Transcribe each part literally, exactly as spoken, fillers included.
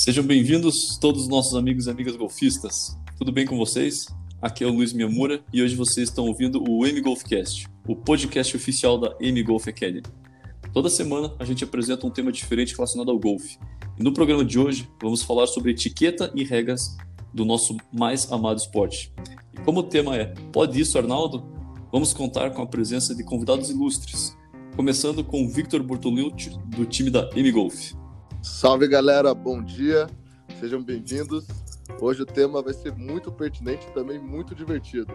Sejam bem-vindos todos os nossos amigos e amigas golfistas. Tudo bem com vocês? Aqui é o Luiz Miyamura e hoje vocês estão ouvindo o M Golfcast, o podcast oficial da M Golf Academy. Toda semana a gente apresenta um tema diferente relacionado ao golfe. E no programa de hoje vamos falar sobre etiqueta e regras do nosso mais amado esporte. E como o tema é Pode Isso, Arnaldo? Vamos contar com a presença de convidados ilustres, começando com o Victor Bortolucci, do time da M Golf. Salve galera, bom dia, sejam bem-vindos. Hoje o tema vai ser muito pertinente e também muito divertido.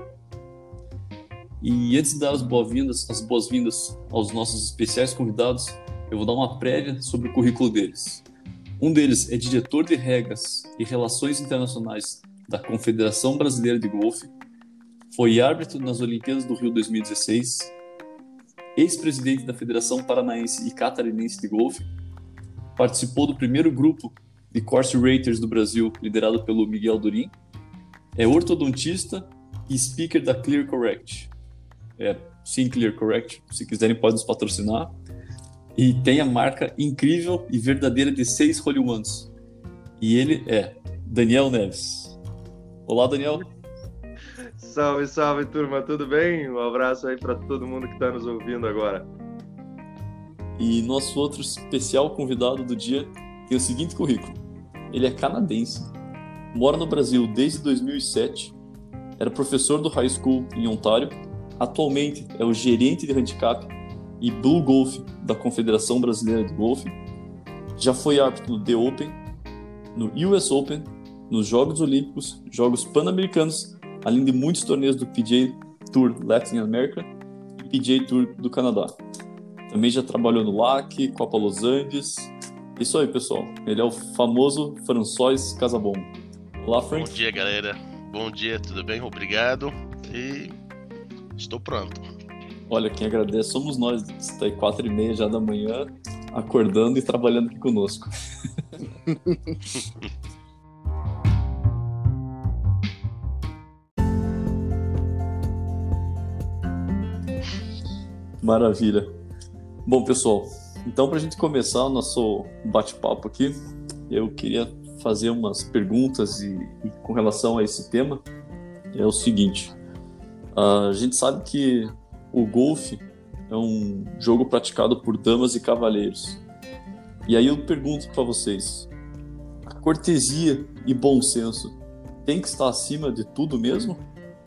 E antes de dar as boas-vindas, as boas-vindas aos nossos especiais convidados, eu vou dar uma prévia sobre o currículo deles. Um deles é diretor de regras e relações internacionais da Confederação Brasileira de Golfe, foi árbitro nas Olimpíadas do Rio dois mil e dezesseis, ex-presidente da Federação Paranaense e Catarinense de Golfe, participou do primeiro grupo de Course Raters do Brasil, liderado pelo Miguel Durin, é ortodontista e speaker da Clear Correct. É, sim, Clear Correct, se quiserem podem nos patrocinar. E tem a marca incrível e verdadeira de seis hole-in-ones. E ele é Daniel Neves. Olá, Daniel. Salve, salve, turma, tudo bem? Um abraço aí para todo mundo que está nos ouvindo agora. E nosso outro especial convidado do dia tem o seguinte currículo. Ele é canadense, mora no Brasil desde dois mil e sete, era professor do high school em Ontário, atualmente é o gerente de handicap e Blue Golf da Confederação Brasileira de Golfe, já foi árbitro no The Open, no U S Open, nos Jogos Olímpicos, Jogos Pan-Americanos, além de muitos torneios do P G A Tour Latin America e P G A Tour do Canadá. Também já trabalhou no L A C, Copa Los Angeles. Isso aí, pessoal. Ele é o famoso François Casabon. Olá, Frank. Bom dia, galera. Bom dia, tudo bem? Obrigado. E estou pronto. Olha, quem agradece somos nós. Está aí quatro e meia já da manhã, acordando e trabalhando aqui conosco. Maravilha. Bom, pessoal, então para a gente começar o nosso bate-papo aqui, eu queria fazer umas perguntas e, e com relação a esse tema, é o seguinte, a gente sabe que o golfe é um jogo praticado por damas e cavalheiros, e aí eu pergunto para vocês, a cortesia e bom senso tem que estar acima de tudo mesmo?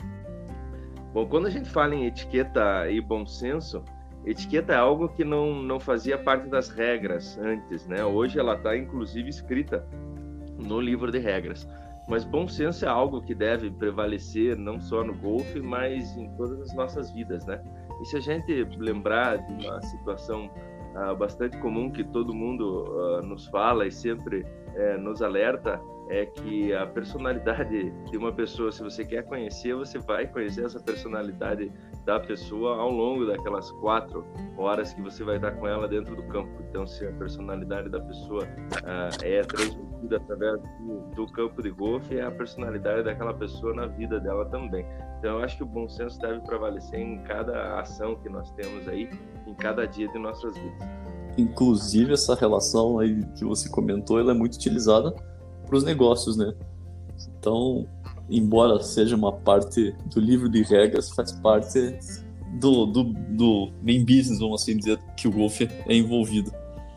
Bom, quando a gente fala em etiqueta e bom senso, etiqueta é algo que não, não fazia parte das regras antes, né? Hoje ela está, inclusive, escrita no livro de regras. Mas bom senso é algo que deve prevalecer não só no golfe, mas em todas as nossas vidas, né? E se a gente lembrar de uma situação uh, bastante comum que todo mundo uh, nos fala e sempre uh, nos alerta, é que a personalidade de uma pessoa, se você quer conhecer, você vai conhecer essa personalidade da pessoa ao longo daquelas quatro horas que você vai estar com ela dentro do campo. Então, se a personalidade da pessoa uh, é transmitida através do, do campo de golfe, é a personalidade daquela pessoa na vida dela também. Então, eu acho que o bom senso deve prevalecer em cada ação que nós temos aí, em cada dia de nossas vidas. Inclusive, essa relação aí que você comentou, ela é muito utilizada para os negócios, né? Então, embora seja uma parte do livro de regras, faz parte do, do, do main business, vamos assim dizer, que o golfe é envolvido.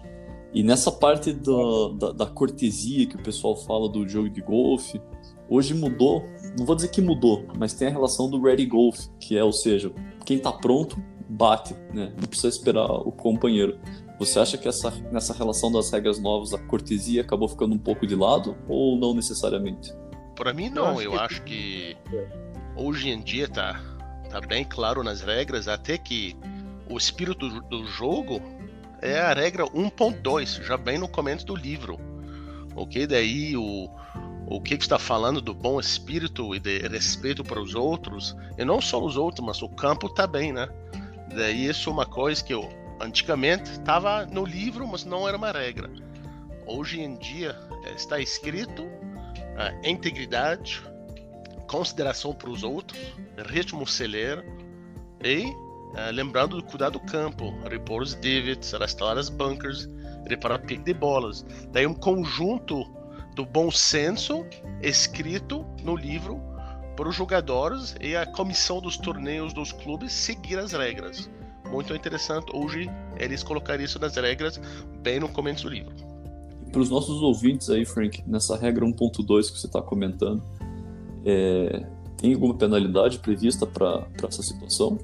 E nessa parte do, da, da cortesia que o pessoal fala do jogo de golfe, hoje mudou, não vou dizer que mudou, mas tem a relação do ready golf, que é, ou seja, quem está pronto, bate, né? Não precisa esperar o companheiro. Você acha que essa, nessa relação das regras novas, a cortesia acabou ficando um pouco de lado ou não necessariamente? Para mim não, eu acho que hoje em dia tá, tá bem claro nas regras, até que o espírito do, do jogo é a regra um ponto dois, já bem no começo do livro. Ok? Daí o, o que está falando do bom espírito e de respeito para os outros, e não só os outros, mas o campo também, né? Daí isso é uma coisa que eu antigamente estava no livro, mas não era uma regra. Hoje em dia está escrito a integridade, consideração para os outros, ritmo celeiro e uh, lembrando de cuidar do campo, repor os divots, restaurar as bunkers, reparar pique de bolas. Daí um conjunto do bom senso escrito no livro para os jogadores e a comissão dos torneios dos clubes seguir as regras. Muito interessante hoje eles colocarem isso nas regras bem no começo do livro. Para os nossos ouvintes aí, Frank, nessa regra um ponto dois que você está comentando, é, tem alguma penalidade prevista para essa situação?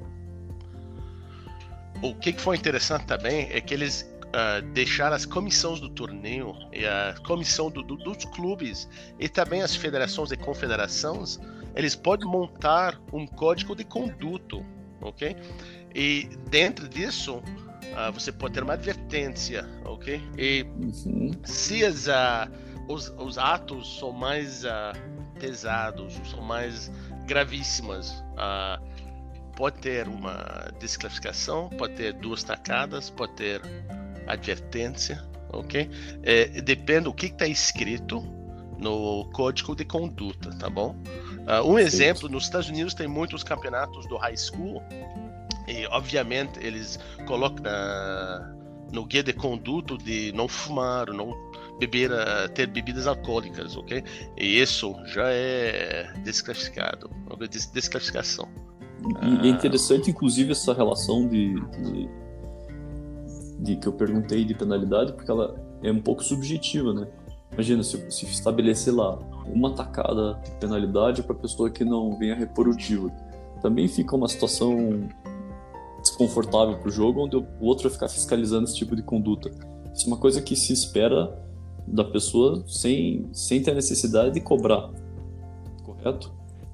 O que foi interessante também é que eles uh, deixaram as comissões do torneio e a comissão do, do, dos clubes e também as federações e confederações, eles podem montar um código de conduta, ok? E dentro disso, uh, você pode ter uma advertência, ok? E uhum. se as, uh, os, os atos são mais uh, pesados, são mais gravíssimos, uh, pode ter uma desclassificação, pode ter duas tacadas, pode ter advertência, ok? É, depende do que está escrito no código de conduta, tá bom? Uh, um Sim. exemplo, nos Estados Unidos tem muitos campeonatos do high school e, obviamente, eles colocam na, no guia de conduta de não fumar, não beber, uh, ter bebidas alcoólicas, ok? E isso já é desclassificado, des desclassificação. E é interessante, inclusive, essa relação de, de, de que eu perguntei de penalidade, porque ela é um pouco subjetiva, né? Imagina, se, se estabelecer lá uma tacada de penalidade para a pessoa que não venha repor o tiro. Também fica uma situação desconfortável para o jogo, onde o outro vai ficar fiscalizando esse tipo de conduta. Isso é uma coisa que se espera da pessoa sem, sem ter a necessidade de cobrar, correto?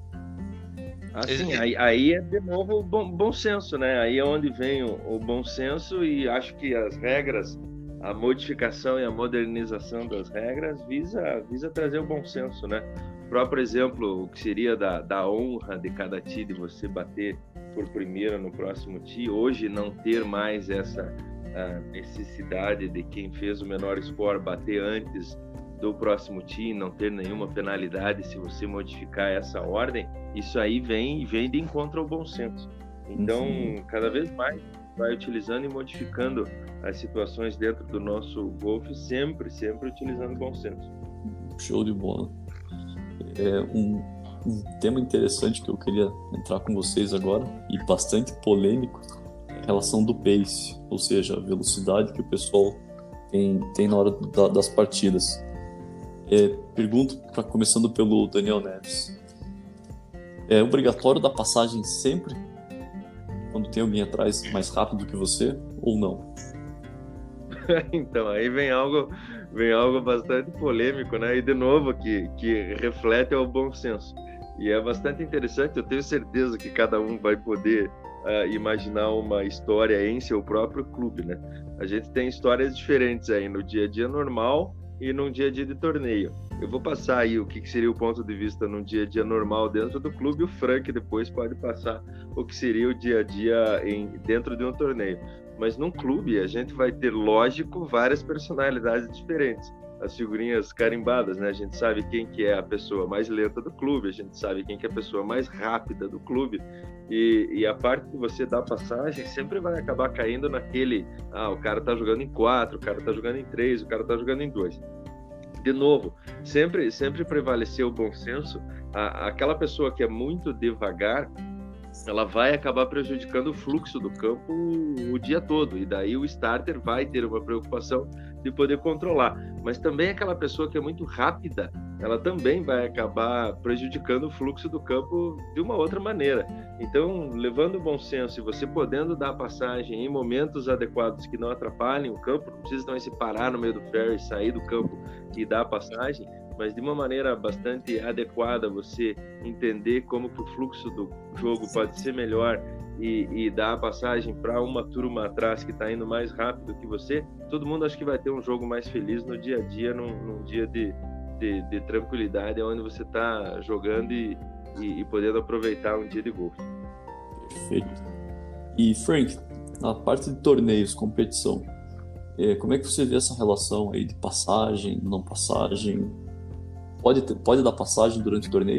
Assim, aí, aí é de novo o bom, bom senso, né? Aí é onde vem o, o bom senso, e acho que as regras, a modificação e a modernização das regras visa, visa trazer o bom senso, né? O próprio exemplo, o que seria da, da honra de cada tee, de você bater por primeiro no próximo tee, hoje não ter mais essa necessidade de quem fez o menor score bater antes do próximo tee, não ter nenhuma penalidade se você modificar essa ordem, isso aí vem, vem de encontro ao bom senso. Então, uhum. cada vez mais vai utilizando e modificando as situações dentro do nosso golfe, sempre, sempre utilizando o bom senso. Show de bola. É um, um tema interessante que eu queria entrar com vocês agora, e bastante polêmico, é a relação do pace, ou seja, a velocidade que o pessoal tem, tem na hora da, das partidas. É, pergunto, pra, começando pelo Daniel Neves, é obrigatório dar passagem sempre quando tem alguém atrás mais rápido que você, ou não? Então, aí vem algo, vem algo bastante polêmico, né? E de novo, que, que reflete o bom senso. E é bastante interessante, eu tenho certeza que cada um vai poder uh, imaginar uma história em seu próprio clube, né? A gente tem histórias diferentes aí no dia a dia normal e num dia a dia de torneio. Eu vou passar aí o que seria o ponto de vista num dia a dia normal dentro do clube, e o Frank depois pode passar o que seria o dia a dia em, dentro de um torneio. Mas num clube a gente vai ter, lógico, várias personalidades diferentes. As figurinhas carimbadas, né? A gente sabe quem que é a pessoa mais lenta do clube, a gente sabe quem que é a pessoa mais rápida do clube, e, e a parte que você dá passagem sempre vai acabar caindo naquele, ah, o cara tá jogando em quatro, o cara tá jogando em três, o cara tá jogando em dois. De novo, sempre, sempre prevaleceu o bom senso. A, aquela pessoa que é muito devagar, ela vai acabar prejudicando o fluxo do campo o dia todo, e daí o starter vai ter uma preocupação de poder controlar. Mas também aquela pessoa que é muito rápida, ela também vai acabar prejudicando o fluxo do campo de uma outra maneira. Então, levando o bom senso e você podendo dar passagem em momentos adequados que não atrapalhem o campo, não precisa também se parar no meio do fairway, sair do campo e dar passagem, mas de uma maneira bastante adequada, você entender como que o fluxo do jogo pode ser melhor e, e dar a passagem para uma turma atrás que está indo mais rápido que você, todo mundo acho que vai ter um jogo mais feliz no dia a dia, num, num dia de, de, de tranquilidade, onde você está jogando e, e, e podendo aproveitar um dia de golfe. Perfeito. E Frank, na parte de torneios, competição, é, como é que você vê essa relação aí de passagem, não passagem? Pode, ter, pode dar passagem durante o torneio?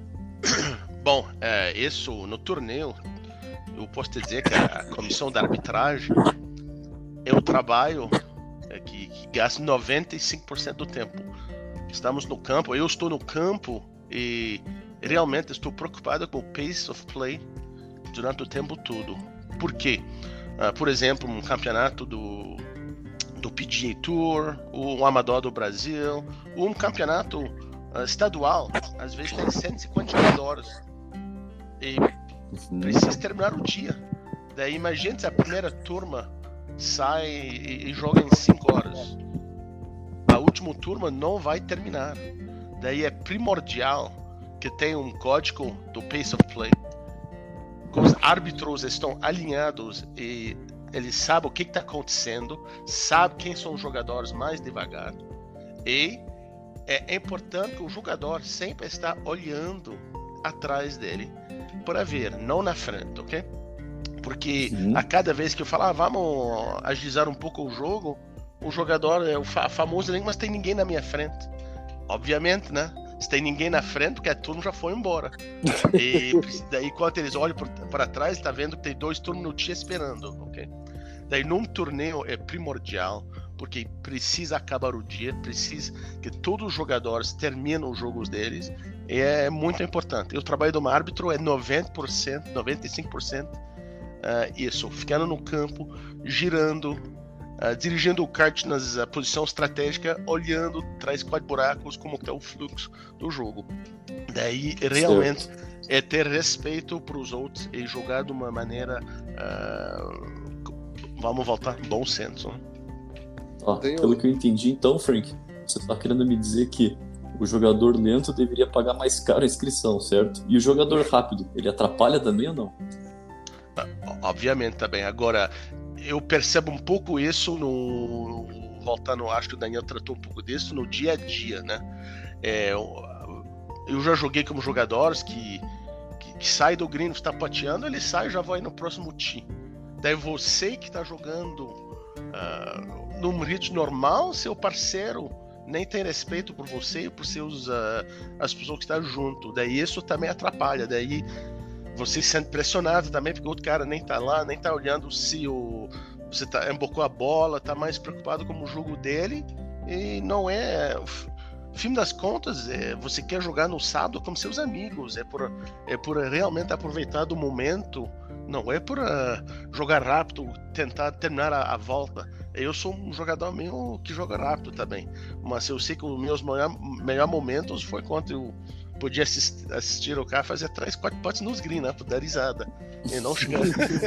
Bom, é, isso no torneio, eu posso te dizer que a comissão da arbitragem é o trabalho é, que, que gasta noventa e cinco por cento do tempo. Estamos no campo, eu estou no campo e realmente estou preocupado com o pace of play durante o tempo todo. Por quê? Uh, por exemplo, um campeonato do, do P G A Tour, ou um Amador do Brasil, ou um campeonato uh, estadual, às vezes tem cento e cinquenta jogadores. E precisa terminar o dia. Daí imagina se a primeira turma sai e, e joga em cinco horas. A última turma não vai terminar. Daí é primordial que tenha um código do pace of play. Que os árbitros estão alinhados e eles sabem o que está acontecendo, sabem quem são os jogadores mais devagar. E é importante que o jogador sempre está olhando atrás dele para ver, não na frente, ok? Porque uhum. a cada vez que eu falo, ah, vamos agilizar um pouco o jogo, o jogador é o fa- famoso, mas tem ninguém na minha frente. Obviamente, né? Se tem ninguém na frente, porque a turma já foi embora. E daí, quando eles olham para trás, está vendo que tem dois turnos no dia esperando, ok? Daí, num torneio é primordial, porque precisa acabar o dia, precisa que todos os jogadores terminem os jogos deles, e é muito importante. O trabalho do árbitro é noventa por cento, noventa e cinco por cento uh, isso, ficando no campo, girando, uh, dirigindo o kart nas uh, posições estratégicas, olhando, traz quatro buracos, como está o fluxo do jogo. Daí, realmente, certo. É ter respeito para os outros e jogar de uma maneira, uh, vamos voltar, bom senso. Né? Ah, pelo que eu entendi, então, Frank, você está querendo me dizer que o jogador lento deveria pagar mais caro a inscrição, certo? E o jogador rápido, ele atrapalha também ou não? Obviamente também. Agora, eu percebo um pouco isso no... Voltando, acho que o Daniel tratou um pouco disso no dia a dia, né? É, eu já joguei como jogadores que, que, que sai do green, está pateando, ele sai e já vai no próximo tee. Daí você que está jogando uh, num ritmo normal, seu parceiro nem tem respeito por você e por seus, uh, as pessoas que estão junto. Daí isso também atrapalha. Daí você se sente pressionado também, porque o outro cara nem tá lá, nem tá olhando se o, você tá, embocou a bola, tá mais preocupado com o jogo dele. E não é... Fim das contas, é, você quer jogar no sábado com seus amigos. É por, é por realmente aproveitar do momento. Não é por uh, jogar rápido, tentar terminar a, a volta. Eu sou um jogador meio que joga rápido também, mas eu sei que os meus melhores melhor momentos foi quando eu podia assistir, assistir o cara fazer três, quatro potes nos green, né, pra dar risada e não chegar.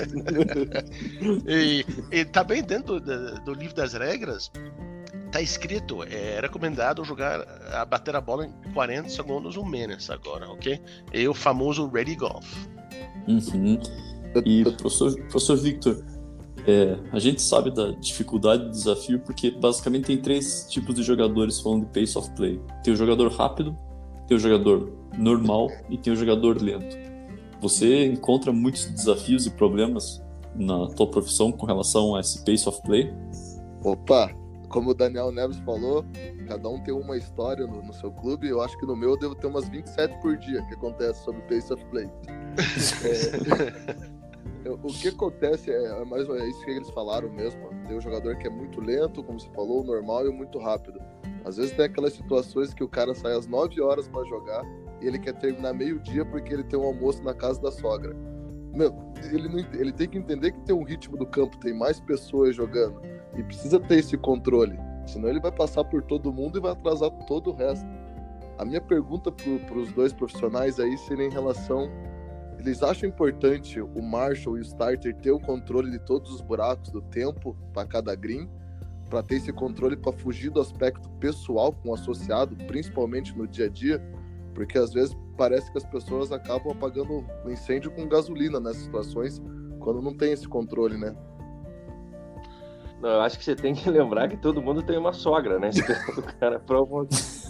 e, e também dentro do, do livro das regras tá escrito, é recomendado jogar, a bater a bola em quarenta segundos ou menos agora, ok? É o famoso ready golf. Uhum. E professor, professor Victor, é, a gente sabe da dificuldade do desafio porque basicamente tem três tipos de jogadores falando de pace of play. Tem o jogador rápido, tem o jogador normal e tem o jogador lento. Você encontra muitos desafios e problemas na tua profissão com relação a esse pace of play? Opa, como o Daniel Neves falou, cada um tem uma história no, no seu clube. Eu acho que no meu eu devo ter umas vinte e sete por dia que acontece sobre pace of play. é... O que acontece é, é mais é isso que eles falaram mesmo. Tem um jogador que é muito lento, como você falou, normal e muito rápido. Às vezes tem aquelas situações que o cara sai às nove horas para jogar e ele quer terminar meio-dia porque ele tem um almoço na casa da sogra. Meu, ele, não, ele tem que entender que tem um ritmo do campo, tem mais pessoas jogando e precisa ter esse controle. Senão ele vai passar por todo mundo e vai atrasar todo o resto. A minha pergunta para os dois profissionais aí seria em relação... Eles acham importante o Marshall e o Starter ter o controle de todos os buracos do tempo para cada green, para ter esse controle para fugir do aspecto pessoal com o associado, principalmente no dia a dia, porque às vezes parece que as pessoas acabam apagando o incêndio com gasolina nessas situações, quando não tem esse controle, né? Não, eu acho que você tem que lembrar que todo mundo tem uma sogra, né? O cara prova...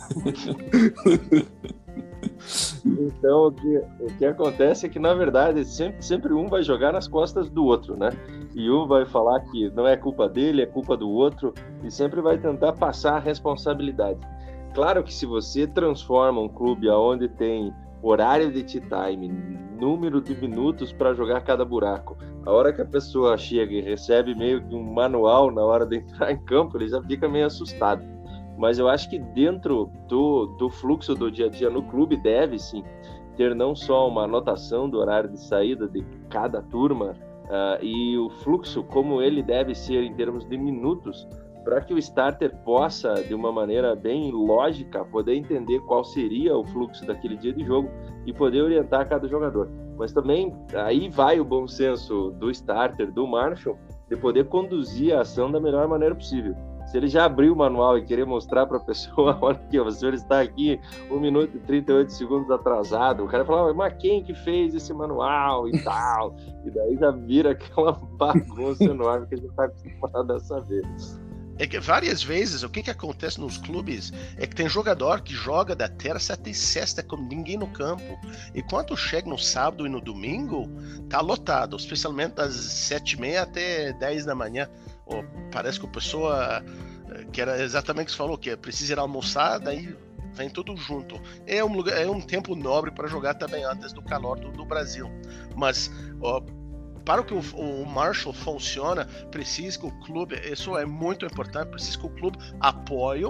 Então, o que, o que acontece é que, na verdade, sempre, sempre um vai jogar nas costas do outro, né? E um vai falar que não é culpa dele, é culpa do outro, e sempre vai tentar passar a responsabilidade. Claro que se você transforma um clube onde tem horário de tea time, número de minutos para jogar cada buraco, a hora que a pessoa chega e recebe meio que um manual na hora de entrar em campo, ele já fica meio assustado. mas eu acho que dentro do, do fluxo do dia a dia no clube deve sim ter não só uma anotação do horário de saída de cada turma uh, e o fluxo como ele deve ser em termos de minutos, para que o starter possa, de uma maneira bem lógica, poder entender qual seria o fluxo daquele dia de jogo e poder orientar cada jogador. Mas também aí vai o bom senso do starter, do Marshall, de poder conduzir a ação da melhor maneira possível. Se ele já abriu o manual e querer mostrar para a pessoa, olha aqui, o senhor está aqui um minuto e trinta e oito segundos atrasado, o cara fala, mas quem que fez esse manual e tal? E daí já vira aquela bagunça enorme que a gente está acostumado a saber. É que várias vezes o que, que acontece nos clubes é que tem jogador que joga da terça até sexta com ninguém no campo. E quando chega no sábado e no domingo, tá lotado, especialmente das sete e meia até dez da manhã. Oh, parece que a pessoa, que era exatamente o que você falou, que precisa ir almoçar, daí vem tudo junto. É um, lugar, é um tempo nobre para jogar também antes do calor do, do Brasil. Mas oh, para que o, o Marshall funcione, precisa que o clube, isso é muito importante, precisa que o clube apoie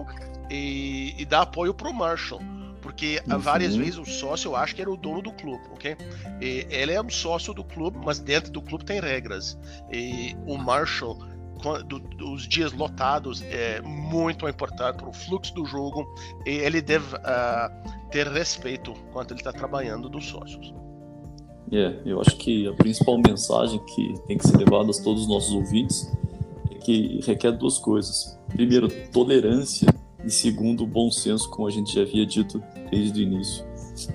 e, e dá apoio para o Marshall. Porque uhum. várias vezes o sócio, eu acho que era o dono do clube, ok? E ele é um sócio do clube, mas dentro do clube tem regras. E o Marshall, do, dos dias lotados, é muito importante para o fluxo do jogo e ele deve uh, ter respeito quando ele está trabalhando dos sócios. É, yeah, eu acho que a principal mensagem que tem que ser levada a todos os nossos ouvintes é que requer duas coisas. Primeiro, tolerância e segundo, bom senso, como a gente já havia dito desde o início.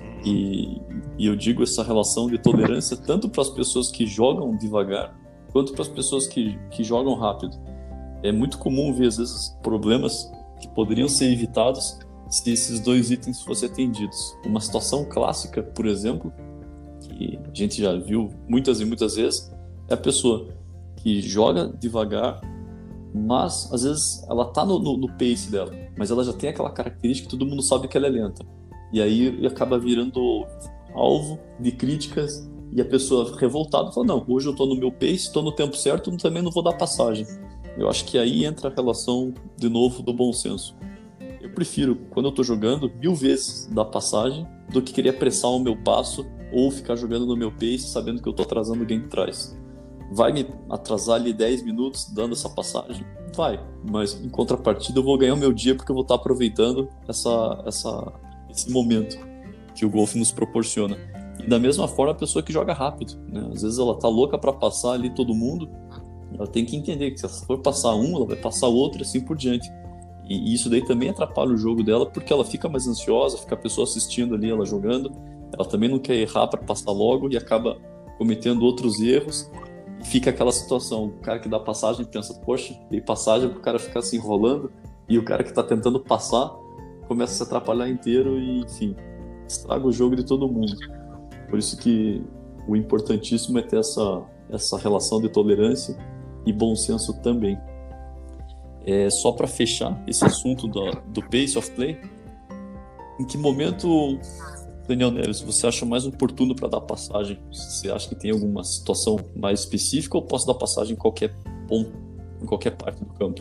E, e eu digo essa relação de tolerância tanto para as pessoas que jogam devagar quanto para as pessoas que, que jogam rápido. É muito comum ver, às vezes, problemas que poderiam ser evitados se esses dois itens fossem atendidos. Uma situação clássica, por exemplo, que a gente já viu muitas e muitas vezes, é a pessoa que joga devagar, mas às vezes ela tá no, no, no pace dela, mas ela já tem aquela característica que todo mundo sabe que ela é lenta. E aí acaba virando alvo de críticas e a pessoa revoltada fala, não, hoje eu tô no meu pace, estou no tempo certo, também não vou dar passagem. Eu acho que aí entra a relação, de novo, do bom senso. Eu prefiro, quando eu tô jogando, mil vezes dar passagem do que querer apressar o meu passo ou ficar jogando no meu pace sabendo que eu tô atrasando alguém de trás. Vai me atrasar ali dez minutos dando essa passagem? Vai, mas em contrapartida eu vou ganhar o meu dia porque eu vou estar aproveitando essa, essa, esse momento que o golfe nos proporciona. E da mesma forma a pessoa que joga rápido, né? Às vezes ela tá louca para passar ali todo mundo, ela tem que entender que se ela for passar um, ela vai passar outro e assim por diante. E isso daí também atrapalha o jogo dela porque ela fica mais ansiosa, fica a pessoa assistindo ali, ela jogando, ela também não quer errar para passar logo e acaba cometendo outros erros. Fica aquela situação, o cara que dá passagem pensa, poxa, dei passagem pro cara ficar se enrolando, e o cara que tá tentando passar começa a se atrapalhar inteiro e, enfim, estraga o jogo de todo mundo. Por isso que o importantíssimo é ter essa, essa relação de tolerância e bom senso também. É, só para fechar esse assunto do, do pace of play, em que momento, Daniel Neves, você acha mais oportuno para dar passagem? Você acha que tem alguma situação mais específica ou posso dar passagem em qualquer ponto, em qualquer parte do campo?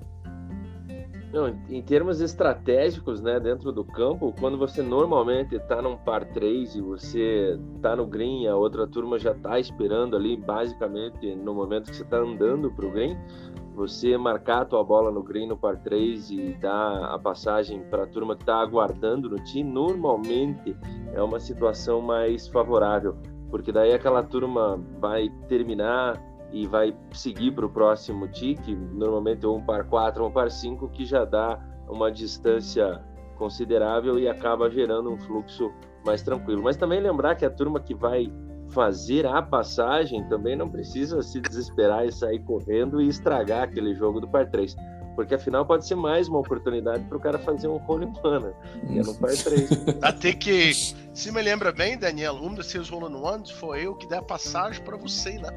Não, em termos estratégicos, né, dentro do campo, quando você normalmente está num par três e você está no green, a outra turma já está esperando ali, basicamente, no momento que você está andando para o green, você marcar a tua bola no green no par três e dar a passagem para a turma que está aguardando no tee, normalmente é uma situação mais favorável, porque daí aquela turma vai terminar e vai seguir para o próximo tee, que normalmente é um par quatro ou um par cinco, que já dá uma distância considerável e acaba gerando um fluxo mais tranquilo. Mas também lembrar que a turma que vai fazer a passagem também não precisa se desesperar e sair correndo e estragar aquele jogo do par três, porque afinal pode ser mais uma oportunidade para o cara fazer um hole in one, que é no par três. Até que, se me lembra bem, Daniel, um dos seus hole in ones foi eu que dei a passagem para você, né?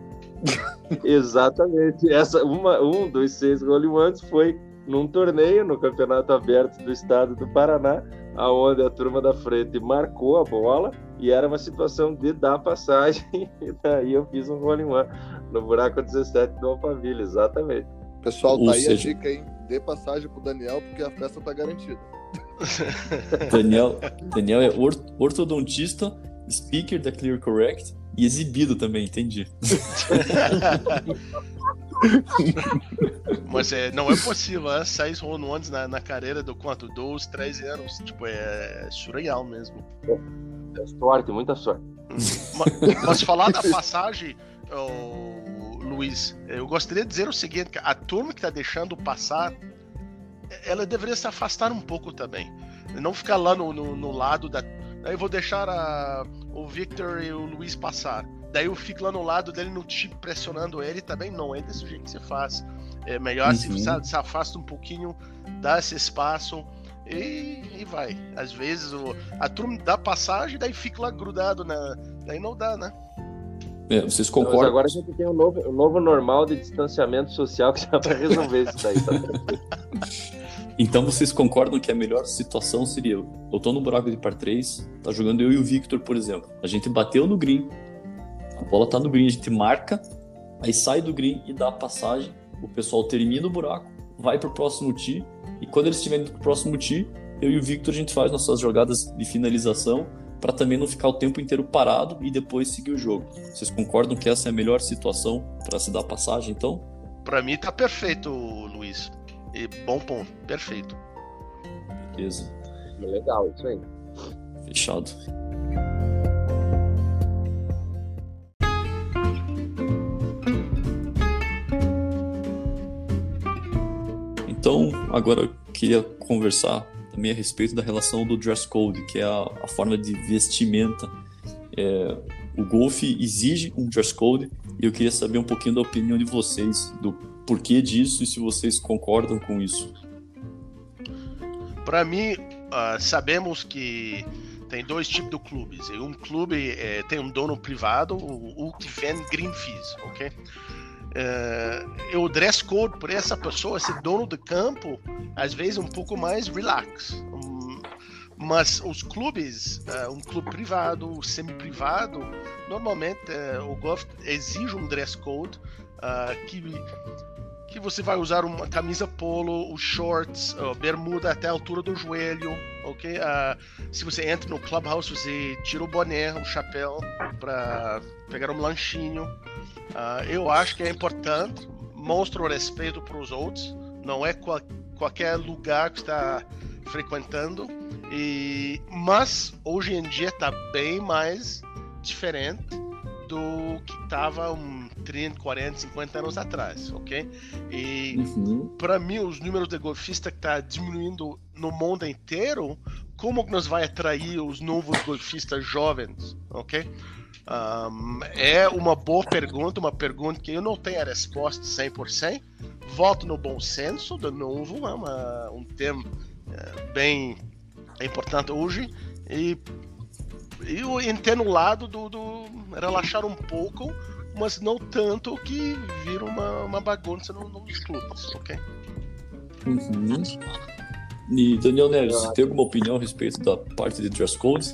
Exatamente, essa, uma, um dos seis hole in ones foi num torneio no Campeonato Aberto do Estado do Paraná, aonde a turma da frente marcou a bola e era uma situação de dar passagem, e daí eu fiz um hole in one no buraco dezessete do Alphaville, exatamente. Pessoal, tá Ou aí seja... a dica, hein? dê passagem pro Daniel, porque a festa tá garantida. Daniel, Daniel é or- ortodontista, speaker da Clear Correct e exibido também, entendi. Mas é, não é possível, é? Seis home runs na, na carreira do quanto? Dois, três anos. Tipo, é surreal mesmo. É sorte, muita sorte. Mas, mas falar da passagem, oh, Luiz, eu gostaria de dizer o seguinte, que a turma que está deixando passar, ela deveria se afastar um pouco também. Não ficar lá no, no, no lado da... Aí eu vou deixar a, o Victor e o Luiz passar. Daí eu fico lá no lado dele, no chip, pressionando ele também. Não é desse jeito que se faz. É melhor uhum. se, se afasta um pouquinho, dá esse espaço e, e vai. Às vezes o, a turma dá passagem, daí fica lá grudado, na, daí não dá, né? É, vocês concordam? Mas agora a gente tem um novo, um novo normal de distanciamento social que já vai resolver isso daí. Tá? Então vocês concordam que a melhor situação seria: eu tô no buraco de par três, tá jogando eu e o Victor, por exemplo. A gente bateu no green, a bola tá no green, a gente marca, aí sai do green e dá a passagem, o pessoal termina o buraco, vai pro próximo tee, e quando eles estiverem pro próximo tee, eu e o Victor a gente faz nossas jogadas de finalização para também não ficar o tempo inteiro parado e depois seguir o jogo. Vocês concordam que essa é a melhor situação para se dar passagem, então? Para mim tá perfeito, Luiz. E bom ponto, perfeito. Beleza. Legal, isso aí. Fechado. Então, agora eu queria conversar também a respeito da relação do dress code, que é a, a forma de vestimenta. É, o golfe exige um dress code e eu queria saber um pouquinho da opinião de vocês, do porquê disso e se vocês concordam com isso. Para mim, uh, sabemos que tem dois tipos de clubes. Um clube é, tem um dono privado, o, o que vende green fees, ok? Uh, o dress code para essa pessoa, esse dono do campo, às vezes um pouco mais relax. Um, mas os clubes, uh, um clube privado, semi-privado, normalmente uh, o golf exige um dress code uh, que, que você vai usar uma camisa polo, os shorts, uh, bermuda até a altura do joelho, ok? Uh, se você entra no clubhouse, você tira o boné, o chapéu para pegar um lanchinho. Uh, eu acho que é importante, mostra o respeito para os outros, não é qual, qualquer lugar que está frequentando, e, mas hoje em dia está bem mais diferente do que estava um trinta, quarenta, cinquenta anos atrás, ok? E uhum. Para mim, os números de golfistas que está diminuindo no mundo inteiro, como que nós vai atrair os novos golfistas jovens, ok? Um, é uma boa pergunta, uma pergunta que eu não tenho a resposta cem por cento. Volto no bom senso, de novo, é uma, um tema é, bem importante hoje. E eu entendo o lado do, do relaxar um pouco, mas não tanto que vira uma, uma bagunça no, nos clubes, ok? Uhum. E Daniel Neres, você tem alguma opinião a respeito da parte de dress code?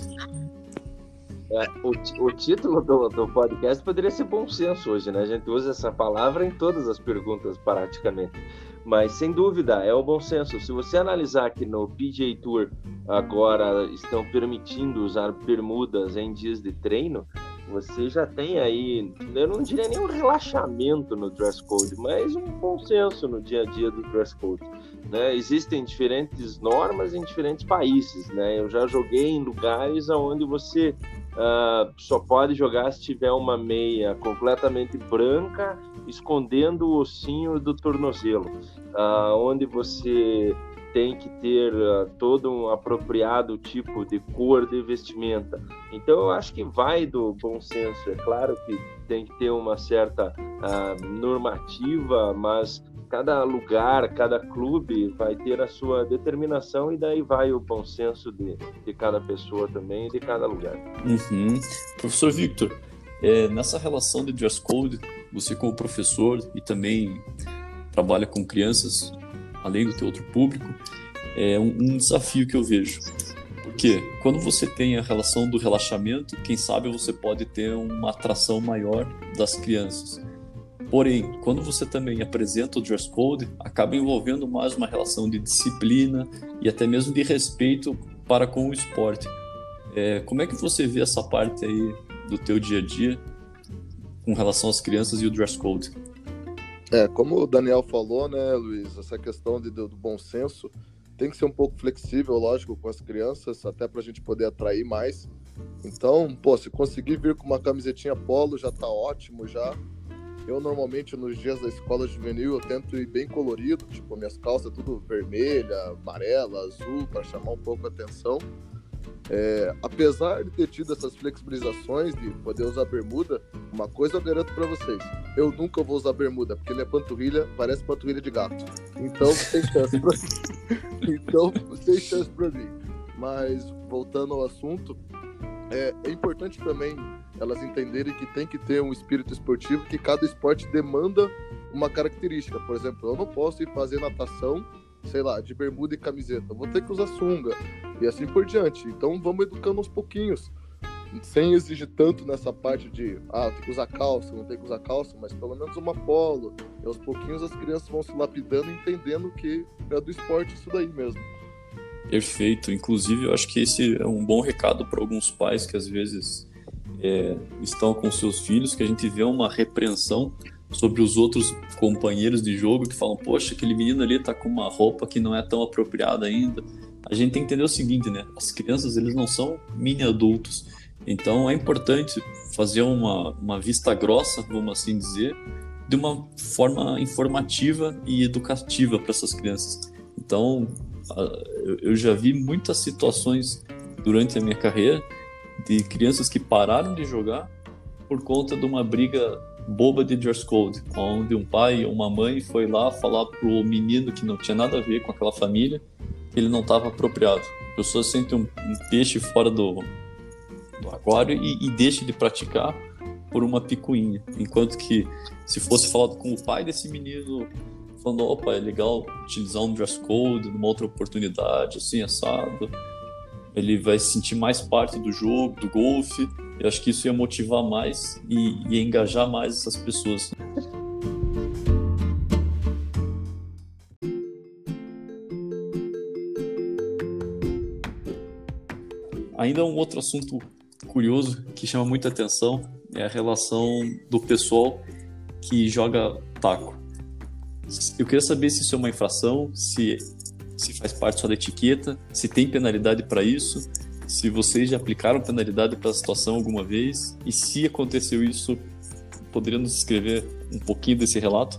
É, o, o título do, do podcast poderia ser bom senso hoje, né? A gente usa essa palavra em todas as perguntas praticamente, mas sem dúvida é o bom senso. Se você analisar que no P G A Tour agora estão permitindo usar bermudas em dias de treino, você já tem aí, eu não diria nem um relaxamento no dress code, mas um bom senso no dia a dia do dress code, né? Existem diferentes normas em diferentes países, né? Eu já joguei em lugares onde você Uh, só pode jogar se tiver uma meia completamente branca, escondendo o ossinho do tornozelo, uh, onde você tem que ter uh, todo um apropriado tipo de cor de vestimenta. Então eu acho que vai do bom senso. É claro que tem que ter uma certa uh, normativa, mas cada lugar, cada clube vai ter a sua determinação e daí vai o bom senso de, de cada pessoa também, de cada lugar. Uhum. Professor Victor, é, nessa relação de dress code, você como professor e também trabalha com crianças, além do teu outro público, é um, um desafio que eu vejo. Porque quando você tem a relação do relaxamento, quem sabe você pode ter uma atração maior das crianças. Porém, quando você também apresenta o dress code, acaba envolvendo mais uma relação de disciplina e até mesmo de respeito para com o esporte. É, como é que você vê essa parte aí do teu dia a dia com relação às crianças e o dress code? É, como o Daniel falou, né, Luiz, essa questão de, do, do bom senso tem que ser um pouco flexível, lógico, com as crianças, até para a gente poder atrair mais. Então, pô, se conseguir vir com uma camisetinha polo, já tá ótimo, já. Eu, normalmente, nos dias da escola juvenil, eu tento ir bem colorido, tipo, minhas calças tudo vermelha, amarela, azul, para chamar um pouco a atenção. É, apesar de ter tido essas flexibilizações de poder usar bermuda, uma coisa eu garanto para vocês: eu nunca vou usar bermuda, porque minha panturrilha parece panturrilha de gato. Então, tem chance pra mim. Então, tem chance para mim. Mas, voltando ao assunto, é, é importante também elas entenderem que tem que ter um espírito esportivo, que cada esporte demanda uma característica. Por exemplo, eu não posso ir fazer natação, sei lá, de bermuda e camiseta. Eu vou ter que usar sunga e assim por diante. Então vamos educando aos pouquinhos, sem exigir tanto nessa parte de ah, tem que usar calça, não tem que usar calça, mas pelo menos uma polo. E aos pouquinhos as crianças vão se lapidando e entendendo que é do esporte isso daí mesmo. Perfeito. Inclusive, eu acho que esse é um bom recado para alguns pais que às vezes é, estão com seus filhos, que a gente vê uma repreensão sobre os outros companheiros de jogo que falam, poxa, aquele menino ali tá com uma roupa que não é tão apropriada ainda. A gente tem que entender o seguinte, né? As crianças, eles não são mini adultos. Então é importante fazer uma, uma vista grossa, vamos assim dizer, de uma forma informativa e educativa para essas crianças. Então, eu já vi muitas situações durante a minha carreira de crianças que pararam de jogar por conta de uma briga boba de dress code, onde um pai ou uma mãe foi lá falar pro menino que não tinha nada a ver com aquela família que ele não estava apropriado. A pessoa sente um, um peixe fora do, do aquário e, e deixa de praticar por uma picuinha, enquanto que se fosse falado com o pai desse menino, falando, opa, é legal utilizar um dress code numa outra oportunidade, assim, assado, ele vai se sentir mais parte do jogo, do golfe. Eu acho que isso ia motivar mais e ia engajar mais essas pessoas. Ainda um outro assunto curioso que chama muita atenção é a relação do pessoal que joga taco. Eu queria saber se isso é uma infração, se, se faz parte só da etiqueta, se tem penalidade para isso, se vocês já aplicaram penalidade para a situação alguma vez e se aconteceu isso, poderia nos escrever um pouquinho desse relato?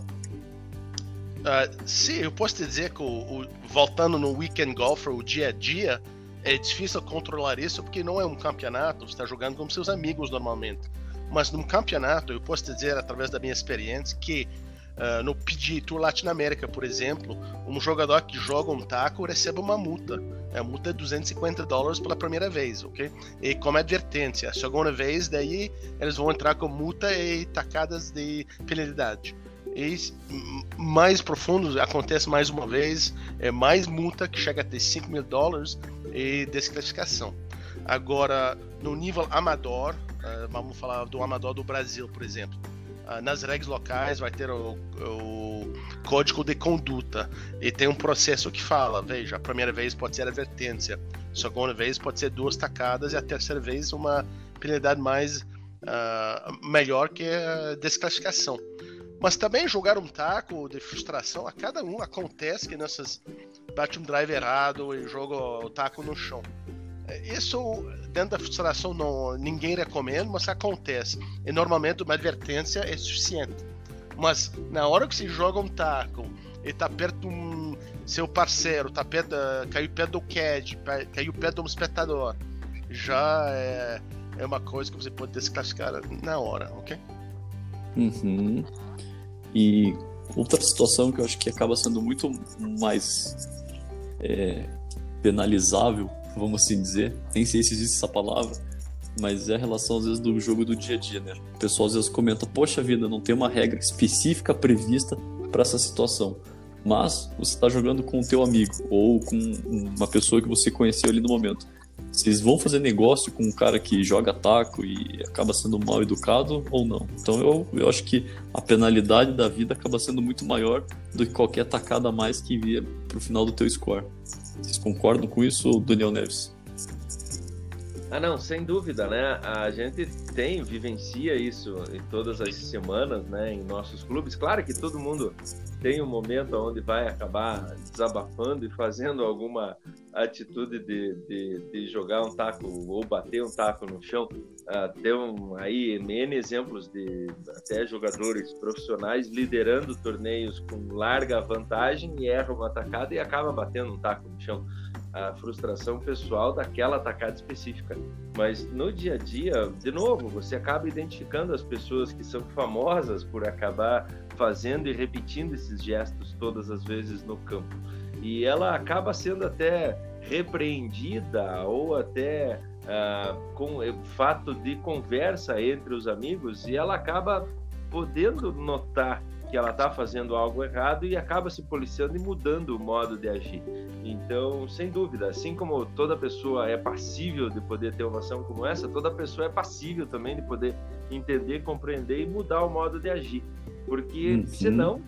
Uh, sim, eu posso te dizer que o, o, voltando no Weekend Golfer, o dia a dia, é difícil controlar isso porque não é um campeonato, você está jogando com seus amigos normalmente. Mas num campeonato, eu posso te dizer, através da minha experiência, que uh, no P G A Tour Latinoamérica, por exemplo, um jogador que joga um taco recebe uma multa. A multa é duzentos e cinquenta dólares pela primeira vez, ok? E como advertência, a segunda vez, daí eles vão entrar com multa e tacadas de penalidade. E mais profundo, acontece mais uma vez, é mais multa que chega a ter cinco mil dólares e desclassificação. Agora, no nível amador, uh, vamos falar do amador do Brasil, por exemplo. Uh, nas regras locais vai ter o, o código de conduta e tem um processo que fala, veja, a primeira vez pode ser advertência, a segunda vez pode ser duas tacadas e a terceira vez uma penalidade mais uh, melhor que a desclassificação. Mas também jogar um taco de frustração, a cada um acontece que nessas bate um drive errado e joga o taco no chão. Isso, dentro da frustração, não, ninguém recomenda, mas acontece. E normalmente uma advertência é suficiente. Mas na hora que você joga um taco e tá perto de um seu parceiro, tá perto, caiu perto do caddy, caiu perto de um espectador, já é, é uma coisa que você pode desclassificar na hora, ok? Uhum. E outra situação que eu acho que acaba sendo muito mais é, penalizável, vamos assim dizer, nem sei se existe essa palavra, mas é a relação às vezes do jogo do dia a dia, né? O pessoal às vezes comenta, poxa vida, não tem uma regra específica prevista para essa situação, mas você está jogando com o teu amigo ou com uma pessoa que você conheceu ali no momento. Vocês vão fazer negócio com um cara que joga taco e acaba sendo mal educado ou não? Então eu, eu acho que a penalidade da vida acaba sendo muito maior do que qualquer tacada a mais que envia pro final do teu score. Vocês concordam com isso, Daniel Neves? Ah, não, sem dúvida, né? A gente tem, vivencia isso em todas as semanas, né? Em nossos clubes. Claro que todo mundo tem um momento onde vai acabar desabafando e fazendo alguma atitude de, de, de jogar um taco ou bater um taco no chão. Uh, tem um, aí N exemplos de até jogadores profissionais liderando torneios com larga vantagem e erra uma tacada e acaba batendo um taco no chão. A frustração pessoal daquela tacada específica. Mas no dia a dia, de novo, você acaba identificando as pessoas que são famosas por acabar fazendo e repetindo esses gestos todas as vezes no campo. E ela acaba sendo até repreendida ou até ah, com o fato de conversa entre os amigos, e ela acaba podendo notar que ela está fazendo algo errado e acaba se policiando e mudando o modo de agir. Então, sem dúvida, assim como toda pessoa é passível de poder ter uma ação como essa, toda pessoa é passível também de poder entender, compreender e mudar o modo de agir. Porque, uhum. senão,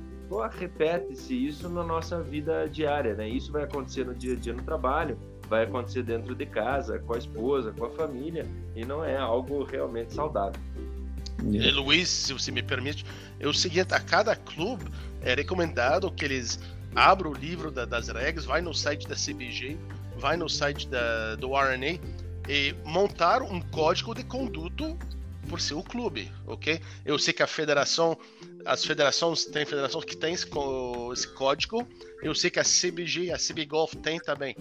repete-se isso na nossa vida diária, né? Isso vai acontecer no dia a dia no trabalho, vai acontecer dentro de casa, com a esposa, com a família, e não é algo realmente saudável. E, Luiz, se você me permite, é o seguinte: a cada clube é recomendado que eles abram o livro da, das regras, vai no site da C B G, vai no site da, do R N A e montar um código de conduta por seu clube, ok? Eu sei que a federação, as federações, tem federações que tem esse, esse código, eu sei que a C B G, a C B Golf tem também.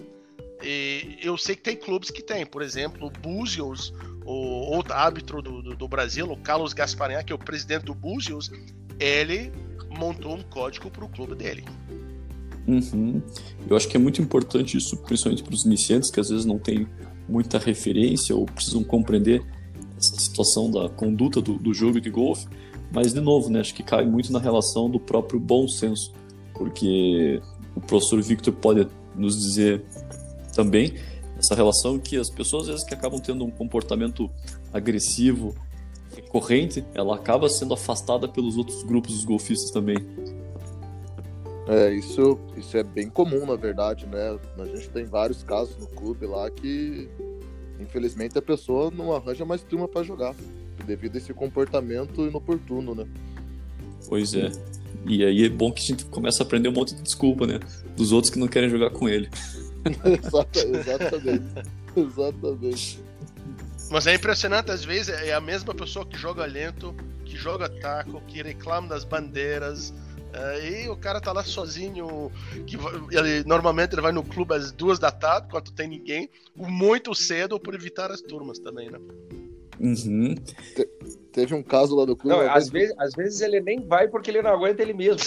E eu sei que tem clubes que tem, por exemplo, o Búzios, o outro árbitro do, do, do Brasil, o Carlos Gasparin, que é o presidente do Búzios, ele montou um código para o clube dele. Uhum. Eu acho que é muito importante isso, principalmente para os iniciantes, que às vezes não tem muita referência ou precisam compreender essa situação da conduta do, do jogo de golfe. Mas, de novo, né, acho que cai muito na relação do próprio bom senso, porque o professor Victor pode nos dizer também essa relação que as pessoas, às vezes, que acabam tendo um comportamento agressivo recorrente, ela acaba sendo afastada pelos outros grupos dos golfistas também. É, isso, isso é bem comum, na verdade, né? A gente tem vários casos no clube lá que, infelizmente, a pessoa não arranja mais turma para jogar, devido a esse comportamento inoportuno, né? Pois é. E aí é bom que a gente começa a aprender um monte de desculpa, né? Dos outros que não querem jogar com ele. Exatamente. Exatamente. Mas é impressionante, às vezes é a mesma pessoa que joga lento, que joga taco, que reclama das bandeiras, uh, e o cara tá lá sozinho, que ele, normalmente ele vai no clube às duas da tarde, quando tem ninguém, muito cedo, por evitar as turmas também, né? Uhum. Te, teve um caso lá no clube... Não, às, vez... vezes, às vezes ele nem vai porque ele não aguenta ele mesmo.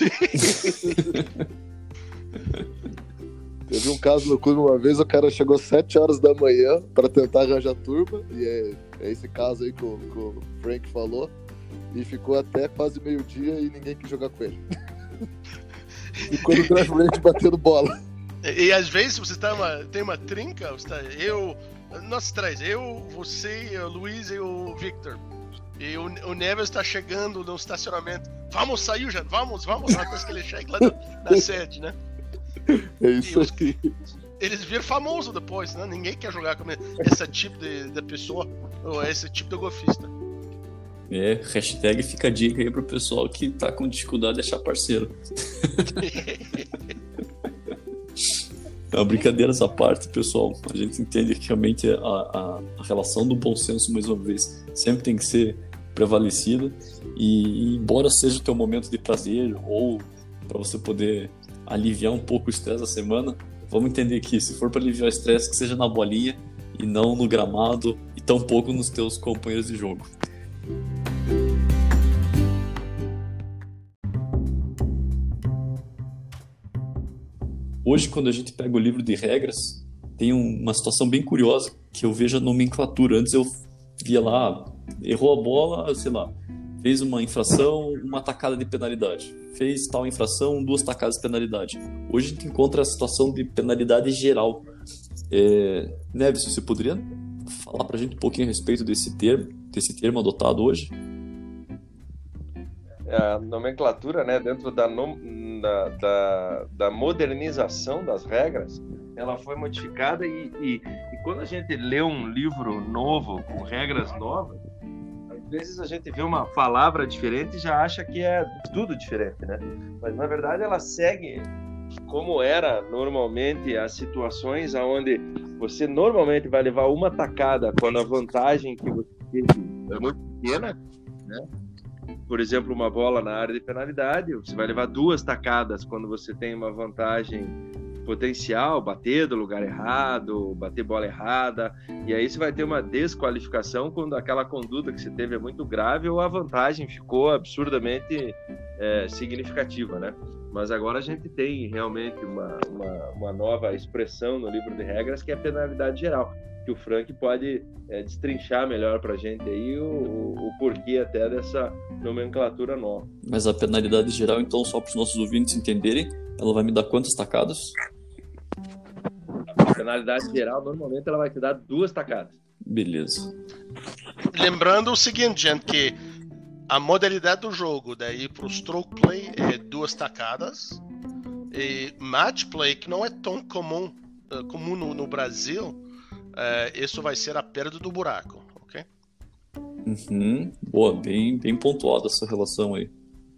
Teve um caso no clube uma vez, o cara chegou às sete horas da manhã para tentar arranjar turma, e é, é esse caso aí que o, que o Frank falou, e ficou até quase meio-dia e ninguém quis jogar com ele. Ficou no drive range batendo bola. E, e às vezes você tá uma, tem uma trinca, você tá, eu, nós três, eu, você, o Luiz e o Victor. E o, o Neves está chegando no estacionamento. Vamos sair, já, vamos, vamos, antes que ele chegue lá na, na sede, né? É isso os, aí. Eles viram famoso depois, né? Ninguém quer jogar com esse tipo de, de pessoa, ou esse tipo de golfista. É, hashtag fica a dica aí pro pessoal que tá com dificuldade de achar parceiro. Não, brincadeiras à parte, pessoal, a gente entende que realmente a, a, a relação do bom senso, mais uma vez, sempre tem que ser prevalecida, e, e embora seja o teu momento de prazer ou para você poder aliviar um pouco o estresse da semana, vamos entender que se for para aliviar o estresse, que seja na bolinha e não no gramado e tampouco nos teus companheiros de jogo. Hoje, quando a gente pega o livro de regras, tem uma situação bem curiosa que eu vejo a nomenclatura. Antes eu via lá, errou a bola, sei lá, fez uma infração, uma tacada de penalidade. Fez tal infração, duas tacadas de penalidade. Hoje a gente encontra a situação de penalidade geral. É, Neves, você poderia falar pra gente um pouquinho a respeito desse termo, desse termo adotado hoje? A nomenclatura, né, dentro da, no, da, da, da modernização das regras, ela foi modificada e, e, e quando a gente lê um livro novo, com regras novas, às vezes a gente vê uma palavra diferente e já acha que é tudo diferente, né? Mas, na verdade, ela segue como era normalmente as situações onde você normalmente vai levar uma tacada quando a vantagem que você teve é muito pequena, né? Por exemplo, uma bola na área de penalidade, você vai levar duas tacadas quando você tem uma vantagem potencial, bater do lugar errado, bater bola errada, e aí você vai ter uma desqualificação quando aquela conduta que você teve é muito grave ou a vantagem ficou absurdamente é, significativa, né? Mas agora a gente tem realmente uma, uma, uma nova expressão no livro de regras que é a penalidade geral, que o Frank pode é, destrinchar melhor para a gente aí o, o, o porquê até dessa nomenclatura nova. Mas a penalidade geral, então, só para os nossos ouvintes entenderem, ela vai me dar quantas tacadas? A penalidade geral, normalmente, ela vai te dar duas tacadas. Beleza. Lembrando o seguinte, gente, que a modalidade do jogo, daí para o stroke play, é duas tacadas. E match play, que não é tão comum, uh, comum no, no Brasil, Uh, isso vai ser a perda do buraco, ok? Uhum. Boa, bem, bem pontuada essa relação aí.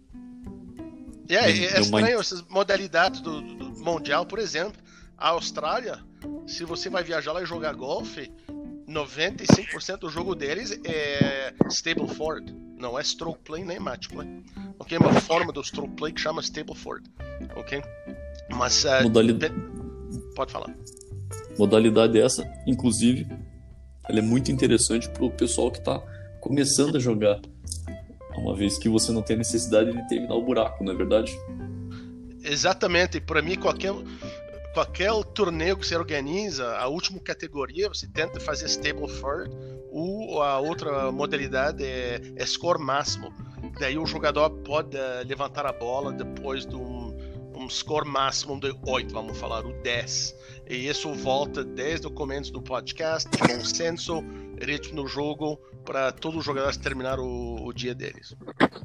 Yeah, Bem, é estranho uma... essas modalidades do, do Mundial, por exemplo. A Austrália, se você vai viajar lá e jogar golfe, noventa e cinco por cento do jogo deles é stable forward, não é stroke play nem match play. Ok? É uma forma do stroke play que chama stable forward, ok? Mas uh, Modalidade... pode falar. Modalidade essa, inclusive, ela é muito interessante para o pessoal que está começando a jogar, uma vez que você não tem necessidade de terminar o buraco, não é verdade? Exatamente, para mim qualquer, qualquer torneio que você organiza, a última categoria você tenta fazer stable forward, ou a outra modalidade é, é score máximo, daí o jogador pode uh, levantar a bola depois de um, um score máximo de oito, vamos falar, o dez. E isso volta desde o começo do podcast, bom senso, ritmo no jogo, para todos os jogadores terminar o, o dia deles.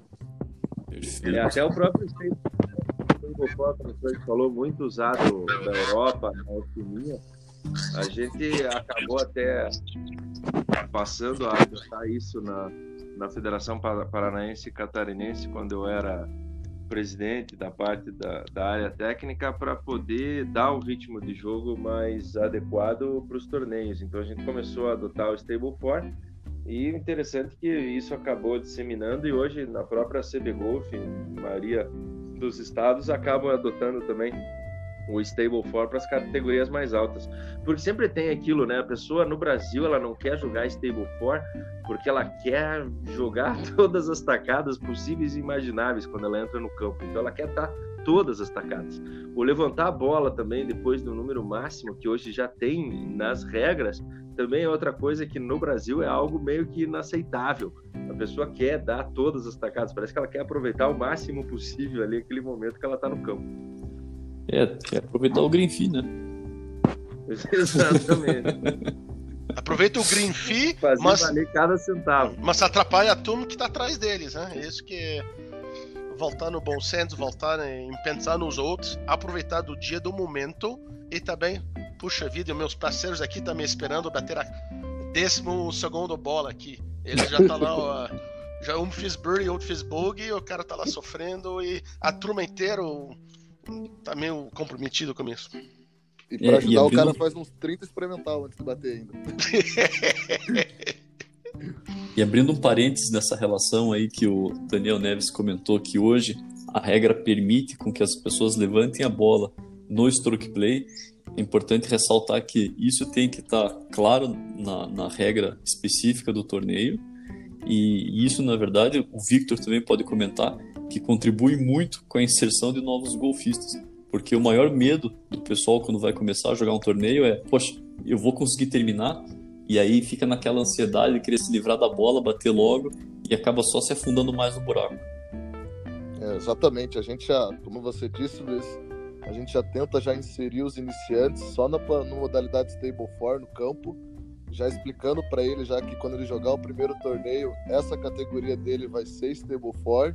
É, até o próprio stable forward, como você falou, muito usado na Europa, na Oceania, a gente acabou até passando a adotar isso na, na Federação Paranaense e Catarinense, quando eu era presidente da parte da, da área técnica, para poder dar um ritmo de jogo mais adequado para os torneios. Então a gente começou a adotar o Stable Four e o interessante é que isso acabou disseminando e hoje na própria C B Golf, em maioria dos estados, acabam adotando também o Stable Four para as categorias mais altas. Porque sempre tem aquilo, né? A pessoa no Brasil, ela não quer jogar Stable Four porque ela quer jogar todas as tacadas possíveis e imagináveis quando ela entra no campo. Então ela quer dar todas as tacadas. O levantar a bola também, depois do número máximo, que hoje já tem nas regras, também é outra coisa que no Brasil é algo meio que inaceitável. A pessoa quer dar todas as tacadas, parece que ela quer aproveitar o máximo possível ali aquele momento que ela está no campo. É, quer aproveitar o green fee, né? Exatamente. Aproveita o green fee, fazer mas valer cada centavo. Mas atrapalha a turma que está atrás deles, né? Isso que voltar no bom senso, voltar em pensar nos outros, aproveitar do dia, do momento e também, puxa vida, meus parceiros aqui estão me esperando bater a décimo segundo bola aqui. Eles já estão lá, ó, já um fez birdie, outro fez bogey, o cara tá lá sofrendo e a turma inteira tá meio comprometido com isso. E pra É, ajudar e o abrindo- cara faz uns trinta experimental antes de bater ainda. E abrindo um parênteses nessa relação aí que o Daniel Neves comentou, que hoje a regra permite com que as pessoas levantem a bola no stroke play, é importante ressaltar que isso tem que estar claro na, na regra específica do torneio, e isso, na verdade, o Victor também pode comentar, que contribui muito com a inserção de novos golfistas, porque o maior medo do pessoal quando vai começar a jogar um torneio é, poxa, eu vou conseguir terminar? E aí fica naquela ansiedade de querer se livrar da bola, bater logo, e acaba só se afundando mais no buraco. É, exatamente, a gente já, como você disse, Luiz, a gente já tenta já inserir os iniciantes só na, na modalidade Stable four no campo, já explicando para ele já que quando ele jogar o primeiro torneio, essa categoria dele vai ser Stable four.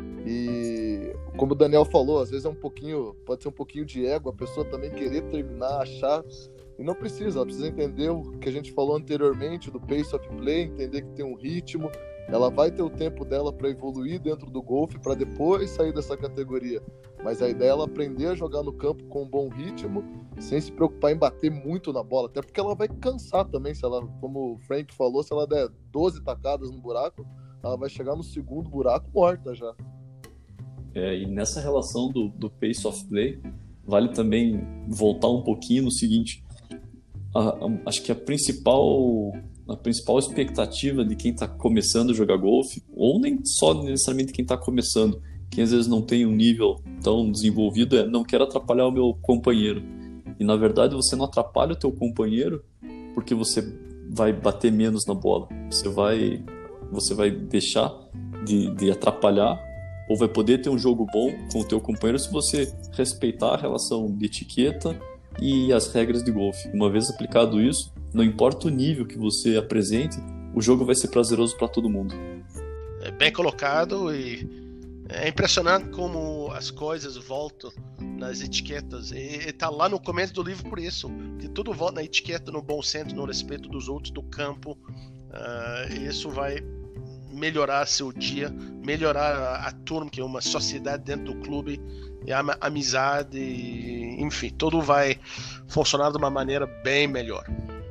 E como o Daniel falou, às vezes é um pouquinho, pode ser um pouquinho de ego, a pessoa também querer terminar, achar, e não precisa, ela precisa entender o que a gente falou anteriormente do pace of play, entender que tem um ritmo, ela vai ter o tempo dela para evoluir dentro do golfe, para depois sair dessa categoria, mas a ideia é ela aprender a jogar no campo com um bom ritmo, sem se preocupar em bater muito na bola, até porque ela vai cansar também, se ela, como o Frank falou, se ela der doze tacadas no buraco, ela vai chegar no segundo buraco morta já. É, e nessa relação do, do pace of play, vale também voltar um pouquinho no seguinte, a, a, acho que a principal, a principal expectativa de quem está começando a jogar golfe, ou nem só necessariamente quem está começando, quem às vezes não tem um nível tão desenvolvido, é não quero atrapalhar o meu companheiro. E na verdade você não atrapalha o teu companheiro porque você vai bater menos na bola, você vai, você vai deixar de, de atrapalhar, ou vai poder ter um jogo bom com o teu companheiro se você respeitar a relação de etiqueta e as regras de golfe. Uma vez aplicado isso, não importa o nível que você apresente, o jogo vai ser prazeroso para todo mundo. É bem colocado e é impressionante como as coisas voltam nas etiquetas. E está lá no começo do livro por isso. Que tudo volta na etiqueta, no bom senso, no respeito dos outros, do campo. Uh, isso vai melhorar seu dia, melhorar a, a turma, que é uma sociedade dentro do clube, e a amizade, e, enfim, tudo vai funcionar de uma maneira bem melhor.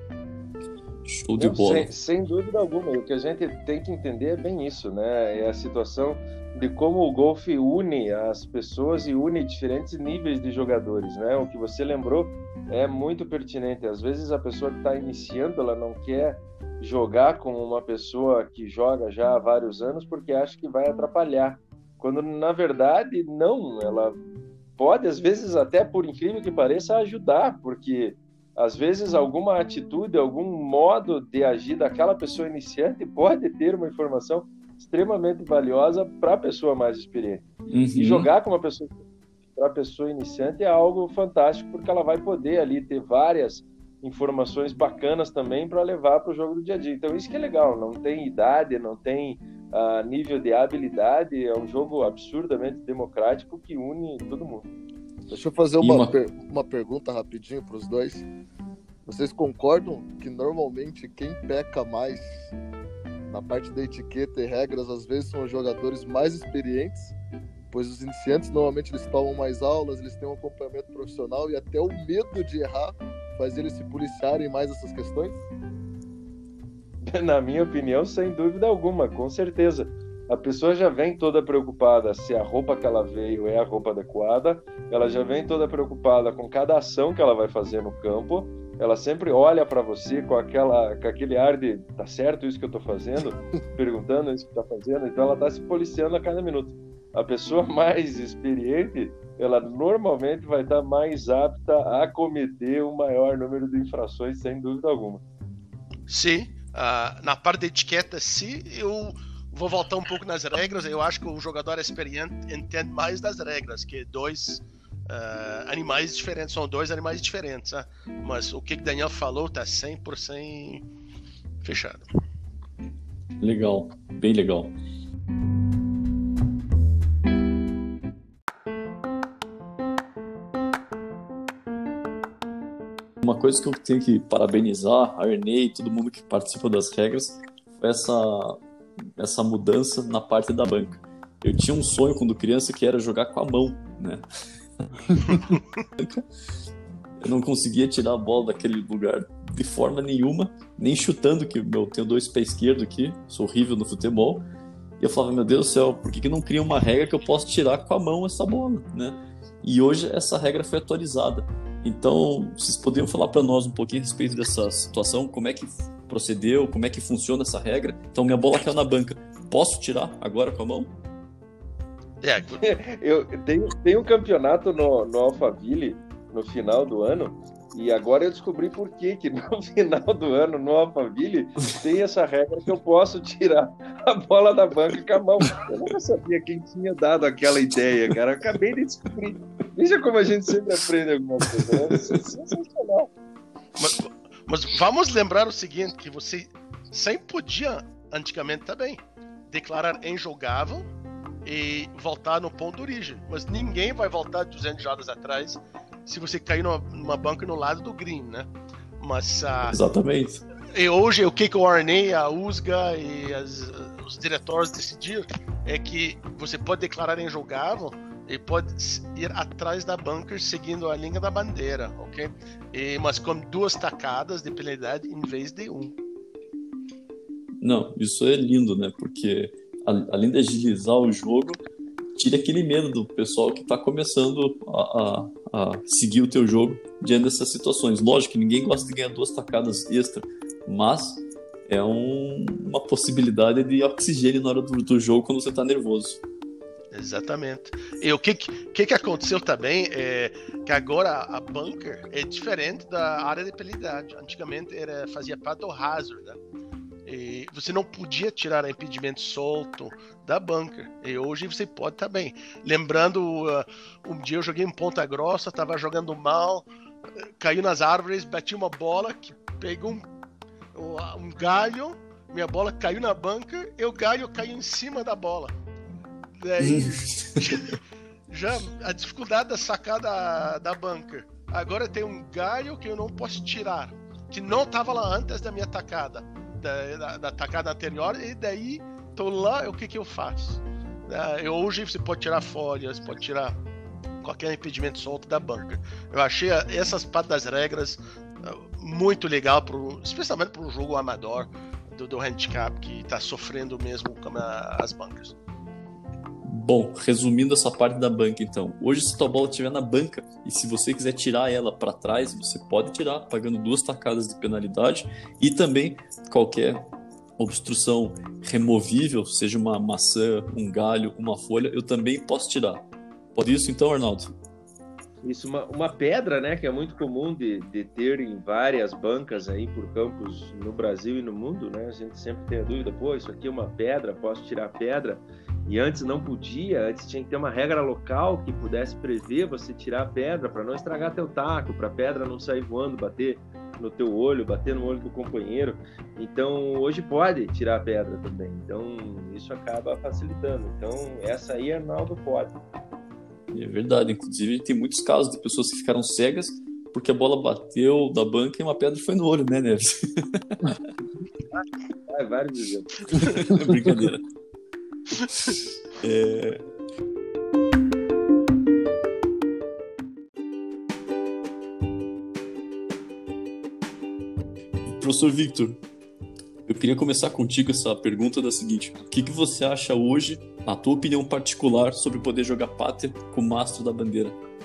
Show de Não, bola. Sem, sem dúvida alguma. O que a gente tem que entender é bem isso, né? É a situação de como o golfe une as pessoas e une diferentes níveis de jogadores, né? O que você lembrou é muito pertinente. Às vezes a pessoa que está iniciando, ela não quer jogar com uma pessoa que joga já há vários anos porque acha que vai atrapalhar, quando na verdade não, ela pode às vezes até, por incrível que pareça, ajudar, porque às vezes alguma atitude, algum modo de agir daquela pessoa iniciante pode ter uma informação extremamente valiosa para a pessoa mais experiente. Uhum. E jogar com uma pessoa para a pessoa iniciante é algo fantástico, porque ela vai poder ali ter várias informações bacanas também para levar para o jogo do dia a dia. Então isso que é legal, não tem idade, não tem uh, nível de habilidade, é um jogo absurdamente democrático que une todo mundo. Deixa eu fazer uma, uma... Per- uma pergunta rapidinho para os dois. Vocês concordam que normalmente quem peca mais na parte da etiqueta e regras às vezes são os jogadores mais experientes? Pois os iniciantes normalmente eles tomam mais aulas, eles têm um acompanhamento profissional e até o medo de errar faz eles se policiarem mais essas questões? Na minha opinião, sem dúvida alguma, com certeza. A pessoa já vem toda preocupada se a roupa que ela veio é a roupa adequada, ela já vem toda preocupada com cada ação que ela vai fazer no campo, ela sempre olha para você com, aquela, com aquele ar de tá certo isso que eu estou fazendo? Perguntando isso que está fazendo, então ela está se policiando a cada minuto. A pessoa mais experiente, ela normalmente vai estar mais apta a cometer o maior número de infrações, sem dúvida alguma. Sim, uh, na parte da etiqueta, sim, eu vou voltar um pouco nas regras. Eu acho que o jogador experiente entende mais das regras, que dois uh, animais diferentes, são dois animais diferentes, né? Mas o que o Daniel falou está cem por cento fechado. Legal, bem legal. Uma coisa que eu tenho que parabenizar a Ernei e todo mundo que participa das regras foi essa, essa mudança na parte da banca. Eu tinha um sonho quando criança que era jogar com a mão, né? Eu não conseguia tirar a bola daquele lugar de forma nenhuma, nem chutando, que eu tenho dois pés esquerdos aqui, sou horrível no futebol. E eu falava, meu Deus do céu, por que, que não cria uma regra que eu possa tirar com a mão essa bola, né? E hoje essa regra foi atualizada. Então, vocês poderiam falar para nós um pouquinho a respeito dessa situação, como é que procedeu, como é que funciona essa regra? Então, minha bola caiu na banca, posso tirar agora com a mão? É, eu tenho, tenho um campeonato no, no Alphaville no final do ano, e agora eu descobri por que que no final do ano no Alphaville tem essa regra que eu posso tirar a bola da banca com a mão. Eu nunca sabia quem tinha dado aquela ideia, cara. Eu acabei de descobrir. Veja como a gente sempre aprende alguma coisa, né? Isso é sensacional. Mas, mas vamos lembrar o seguinte, que você sempre podia, antigamente também, declarar injogável e voltar no ponto de origem. Mas ninguém vai voltar duzentas jardas atrás se você cair numa, numa banca no lado do green, né? Mas... Uh, Exatamente. E hoje o que, que o R N A, a U S G A e as, os diretórios decidiram é que você pode declarar injogável e pode ir atrás da bunker seguindo a linha da bandeira, ok? E, mas com duas tacadas de penalidade em vez de um. Não, isso é lindo, né? Porque além de agilizar o jogo, tira aquele medo do pessoal que está começando a, a, a seguir o teu jogo diante dessas situações. Lógico que ninguém gosta de ganhar duas tacadas extra, mas é um, uma possibilidade de oxigênio na hora do, do jogo quando você está nervoso. Exatamente. E o que, que, que aconteceu também é que agora a bunker é diferente da área de penalidade. Antigamente era, fazia parte do hazard, né? E você não podia tirar impedimento solto da bunker. E hoje você pode também. Lembrando, uh, um dia eu joguei em Ponta Grossa, estava jogando mal, caiu nas árvores, bati uma bola que pegou um, um galho, minha bola caiu na bunker e o galho caiu em cima da bola. Daí, já a dificuldade da sacada da, da bunker. Agora tem um galho que eu não posso tirar, que não estava lá antes da minha tacada. Da, da, da tacada anterior, e daí tô lá, o que que eu faço? Uh, hoje você pode tirar folhas, pode tirar qualquer impedimento solto da bunker. Eu achei essas partes das regras uh, muito legal, pro, especialmente para o jogo amador do, do handicap, que está sofrendo mesmo com a, as bunkers. Bom, resumindo essa parte da banca, então. Hoje, se tua bola estiver na banca e se você quiser tirar ela para trás, você pode tirar, pagando duas tacadas de penalidade, e também qualquer obstrução removível, seja uma maçã, um galho, uma folha, eu também posso tirar. Pode isso então, Arnaldo? Isso, uma, uma pedra, né, que é muito comum de, de ter em várias bancas aí por campos no Brasil e no mundo, né? A gente sempre tem a dúvida, pô, isso aqui é uma pedra, posso tirar a pedra? E antes não podia, antes tinha que ter uma regra local que pudesse prever você tirar a pedra para não estragar teu taco, para a pedra não sair voando, bater no teu olho, bater no olho do companheiro. Então, hoje pode tirar a pedra também. Então, isso acaba facilitando. Então, essa aí, Arnaldo, pode. É verdade. Inclusive, tem muitos casos de pessoas que ficaram cegas porque a bola bateu da banca e uma pedra foi no olho, né, Neves? Ah, vários exemplos. É brincadeira. É... Professor Victor, eu queria começar contigo essa pergunta da seguinte: o que, que você acha hoje, na tua opinião particular, sobre poder jogar pátria com o mastro da bandeira?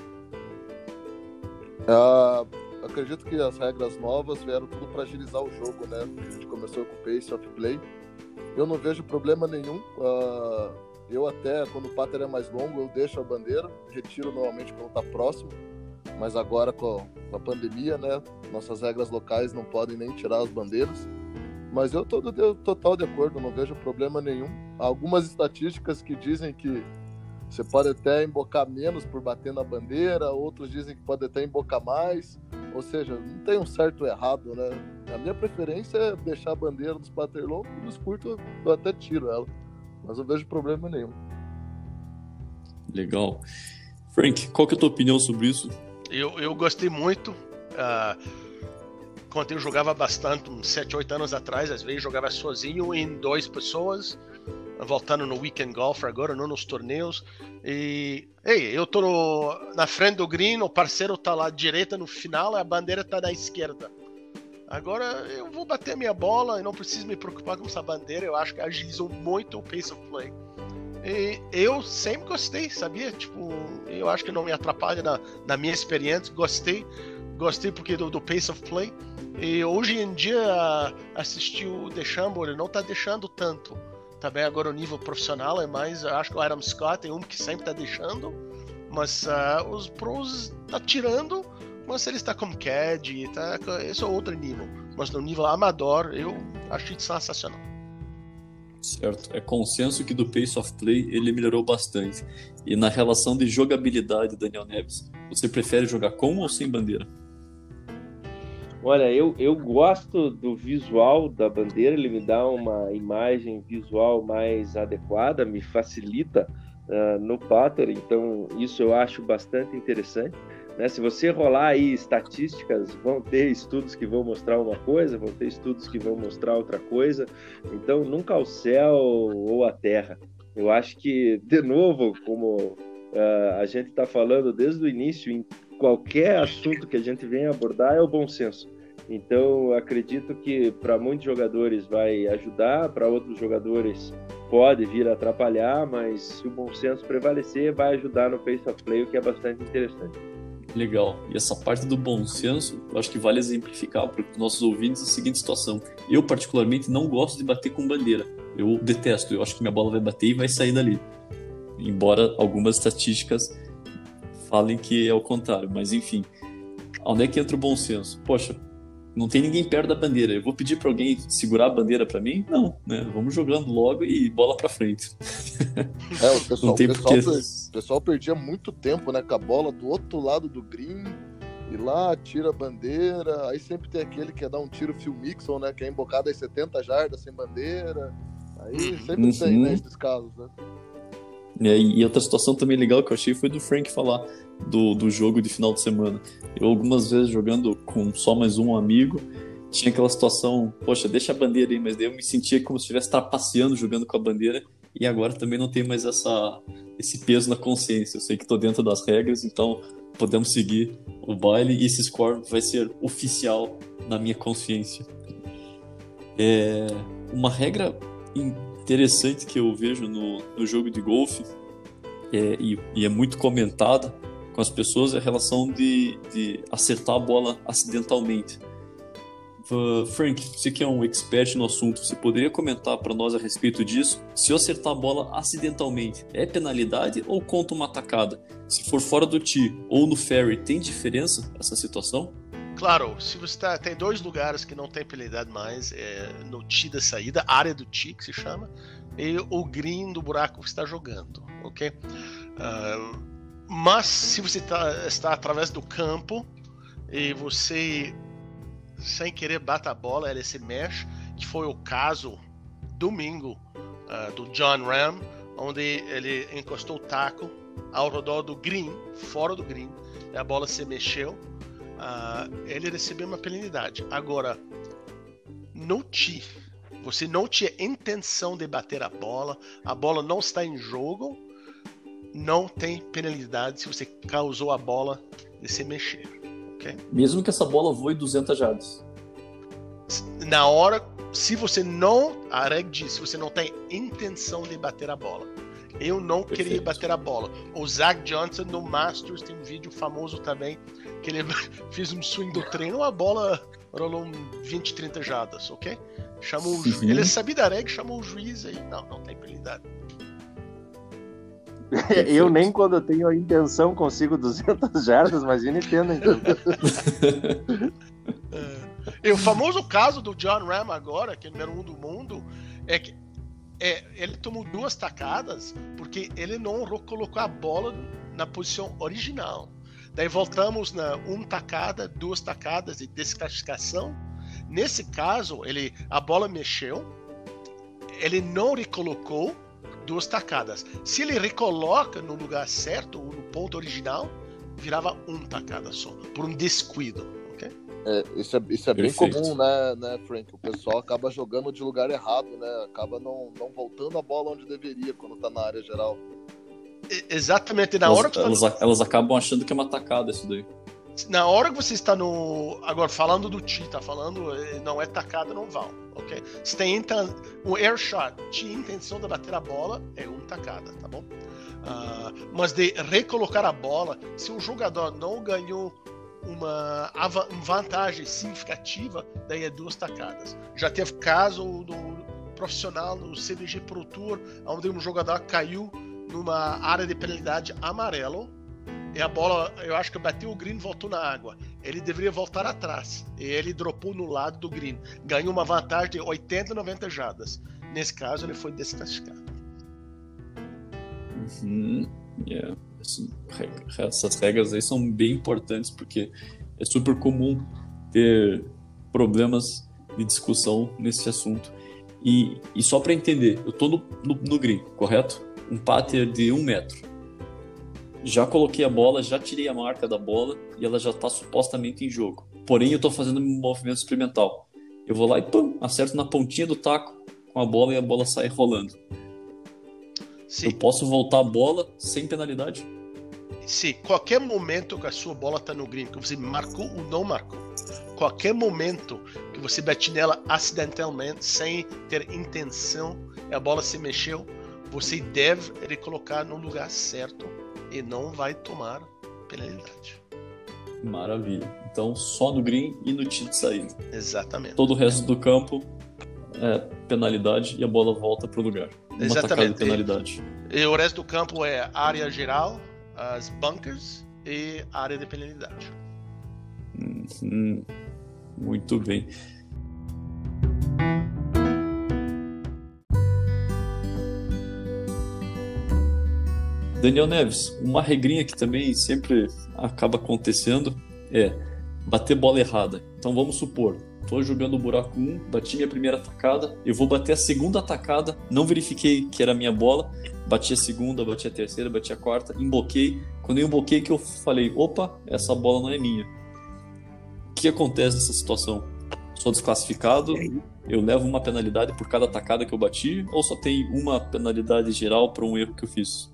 Uh, acredito que as regras novas vieram tudo para agilizar o jogo, né? A gente começou com o pace of play. Eu não vejo problema nenhum. Uh, eu até, quando o pátria é mais longo, eu deixo a bandeira, retiro normalmente quando está próximo. Mas agora com a pandemia, né, nossas regras locais não podem nem tirar as bandeiras. Mas eu estou total de acordo, não vejo problema nenhum. Há algumas estatísticas que dizem que você pode até embocar menos por bater na bandeira, outros dizem que pode até embocar mais. Ou seja, não tem um certo ou errado, né? A minha preferência é deixar a bandeira nos pátria longos, e nos curtos eu até tiro ela. Mas não vejo problema nenhum. Legal. Frank, qual que é a tua opinião sobre isso? Eu, eu gostei muito. Uh, quando eu jogava bastante, uns sete, oito anos atrás, às vezes jogava sozinho em duas pessoas, voltando no Weekend Golf agora, não nos torneios. E ei, eu tô no, na frente do green, o parceiro tá lá à direita no final, a bandeira tá na esquerda. Agora eu vou bater a minha bola e não preciso me preocupar com essa bandeira. Eu acho que agilizou muito o pace of play. E eu sempre gostei, sabia? Tipo, eu acho que não me atrapalha na, na minha experiência. Gostei, gostei porque do, do pace of play. E hoje em dia assistir o DeChambeau, ele não tá deixando tanto. Também agora o nível profissional é mais, acho que o Adam Scott é um que sempre tá deixando, mas uh, os pros tá tirando, mas ele está como caddy, tá, esse é outro nível. Mas no nível amador eu achei sensacional. Certo, é consenso que do pace of play ele melhorou bastante. E na relação de jogabilidade, Daniel Neves, você prefere jogar com ou sem bandeira? Olha, eu, eu gosto do visual da bandeira, ele me dá uma imagem visual mais adequada, me facilita uh, no pattern, então isso eu acho bastante interessante. Né? Se você rolar aí estatísticas, vão ter estudos que vão mostrar uma coisa, vão ter estudos que vão mostrar outra coisa, então nunca ao céu ou à terra. Eu acho que, de novo, como uh, a gente está falando desde o início, em qualquer assunto que a gente venha abordar é o bom senso. Então, acredito que para muitos jogadores vai ajudar, para outros jogadores pode vir a atrapalhar, mas se o bom senso prevalecer, vai ajudar no pace of play, o que é bastante interessante. Legal. E essa parte do bom senso, eu acho que vale exemplificar para os nossos ouvintes a seguinte situação. Eu, particularmente, não gosto de bater com bandeira. Eu detesto. Eu acho que minha bola vai bater e vai sair dali. Embora algumas estatísticas falem que é o contrário. Mas, enfim. Onde é que entra o bom senso? Poxa, não tem ninguém perto da bandeira. Eu vou pedir para alguém segurar a bandeira para mim? Não, né? Vamos jogando logo e bola para frente. É, o pessoal, não tem o pessoal, porque... per, o pessoal perdia muito tempo, né? Com a bola do outro lado do green, e lá tira a bandeira. Aí sempre tem aquele que quer dar um tiro Phil Mixon, né? Que é embocado às setenta jardas sem bandeira. Aí sempre uhum. tem, né? Esses casos, né? E, e outra situação também legal que eu achei foi do Frank falar do, do jogo de final de semana. Eu algumas vezes jogando com só mais um amigo, tinha aquela situação, poxa, deixa a bandeira aí, mas daí eu me sentia como se estivesse trapaceando jogando com a bandeira, e agora também não tem mais essa, esse peso na consciência. Eu sei que estou dentro das regras, então podemos seguir o baile e esse score vai ser oficial na minha consciência. É uma regra interessante que eu vejo no, no jogo de golfe é, e, e é muito comentada com as pessoas é a relação de, de acertar a bola acidentalmente. Uh, Frank, você que é um expert no assunto, você poderia comentar para nós a respeito disso? Se eu acertar a bola acidentalmente, é penalidade ou conta uma tacada? Se for fora do tee ou no fairway, tem diferença essa situação? Claro, se você tá, tem dois lugares que não tem penalidade mais, é no tee da saída, área do tee que se chama, e o green do buraco que você está jogando, ok? Uh, mas se você tá, está através do campo e você sem querer bate a bola, ela se mexe, que foi o caso domingo uh, do Jon Rahm, onde ele encostou o taco ao redor do green, fora do green, e a bola se mexeu. Uh, ele recebeu uma penalidade. Agora, no tee, você não tinha intenção de bater a bola, a bola não está em jogo, não tem penalidade se você causou a bola de se mexer, ok? Mesmo que essa bola voe duzentas jardas. Na hora, se você não, a regra diz, se você não tem intenção de bater a bola. Eu não Perfeito. queria bater a bola. O Zach Johnson no Masters tem um vídeo famoso também, que ele fez um swing do treino, a bola rolou vinte, trinta jardas, ok? Chamou o ju... uhum. Ele sabia da regra, chamou o juiz aí. Não, não tem penalidade. Eu nem quando eu tenho a intenção consigo duzentas jardas, imagina tendo então. E o famoso caso do Jon Rahm agora, que é o número um do mundo, é que é, ele tomou duas tacadas porque ele não colocou a bola na posição original. Daí voltamos na uma tacada, duas tacadas de desclassificação. Nesse caso, ele, a bola mexeu, ele não recolocou duas tacadas. Se ele recoloca no lugar certo, ou no ponto original, virava uma tacada só, por um descuido. Okay? É, isso é, isso é bem comum, né, né, Frank? O pessoal acaba jogando de lugar errado, né? Acaba não, não voltando a bola onde deveria quando tá na área geral. Exatamente, na elas, hora que elas, tá... elas acabam achando que é uma tacada isso daí. Na hora que você está no... Agora, falando do tee, tá falando, não é tacada, não vale, ok? Se tem inten... um air shot, tinha intenção de bater a bola, é uma tacada, tá bom? Uh, mas de recolocar a bola, se o jogador não ganhou uma, uma vantagem significativa, daí é duas tacadas. Já teve caso do profissional no C B G Pro Tour, onde um jogador caiu numa área de penalidade amarelo, e a bola, eu acho que bateu o green e voltou na água. Ele deveria voltar atrás. E ele dropou no lado do green. Ganhou uma vantagem de oitenta, noventa jardas. nesse caso ele foi desclassificado. Uhum. Yeah. Essas regras aí são bem importantes, porque é super comum ter problemas de discussão nesse assunto. E, e só para entender, eu tô no, no, no green, correto? Um pater de um metro. Já coloquei a bola, já tirei a marca da bola e ela já está supostamente em jogo. Porém, eu estou fazendo um movimento experimental. Eu vou lá e pum, acerto na pontinha do taco com a bola e a bola sai rolando. Sim. Eu posso voltar a bola sem penalidade? Sim, qualquer momento que a sua bola está no green, que você marcou ou não marcou, qualquer momento que você bate nela acidentalmente, sem ter intenção, e a bola se mexeu, você deve recolocar no lugar certo e não vai tomar penalidade. Maravilha. Então, só no green e no tiro de saída. Exatamente. Todo o resto do campo é penalidade e a bola volta para o lugar. Uma Exatamente. tacada de penalidade. E, e o resto do campo é área geral, as bunkers e área de penalidade. Hum, muito bem. Daniel Neves, uma regrinha que também sempre acaba acontecendo é bater bola errada. Então vamos supor, estou jogando o buraco um, bati minha primeira tacada, eu vou bater a segunda tacada, não verifiquei que era a minha bola, bati a segunda, bati a terceira, bati a quarta, emboquei. Quando eu emboquei que eu falei, opa, essa bola não é minha. O que acontece nessa situação? Sou desclassificado, eu levo uma penalidade por cada tacada que eu bati, ou só tem uma penalidade geral para um erro que eu fiz?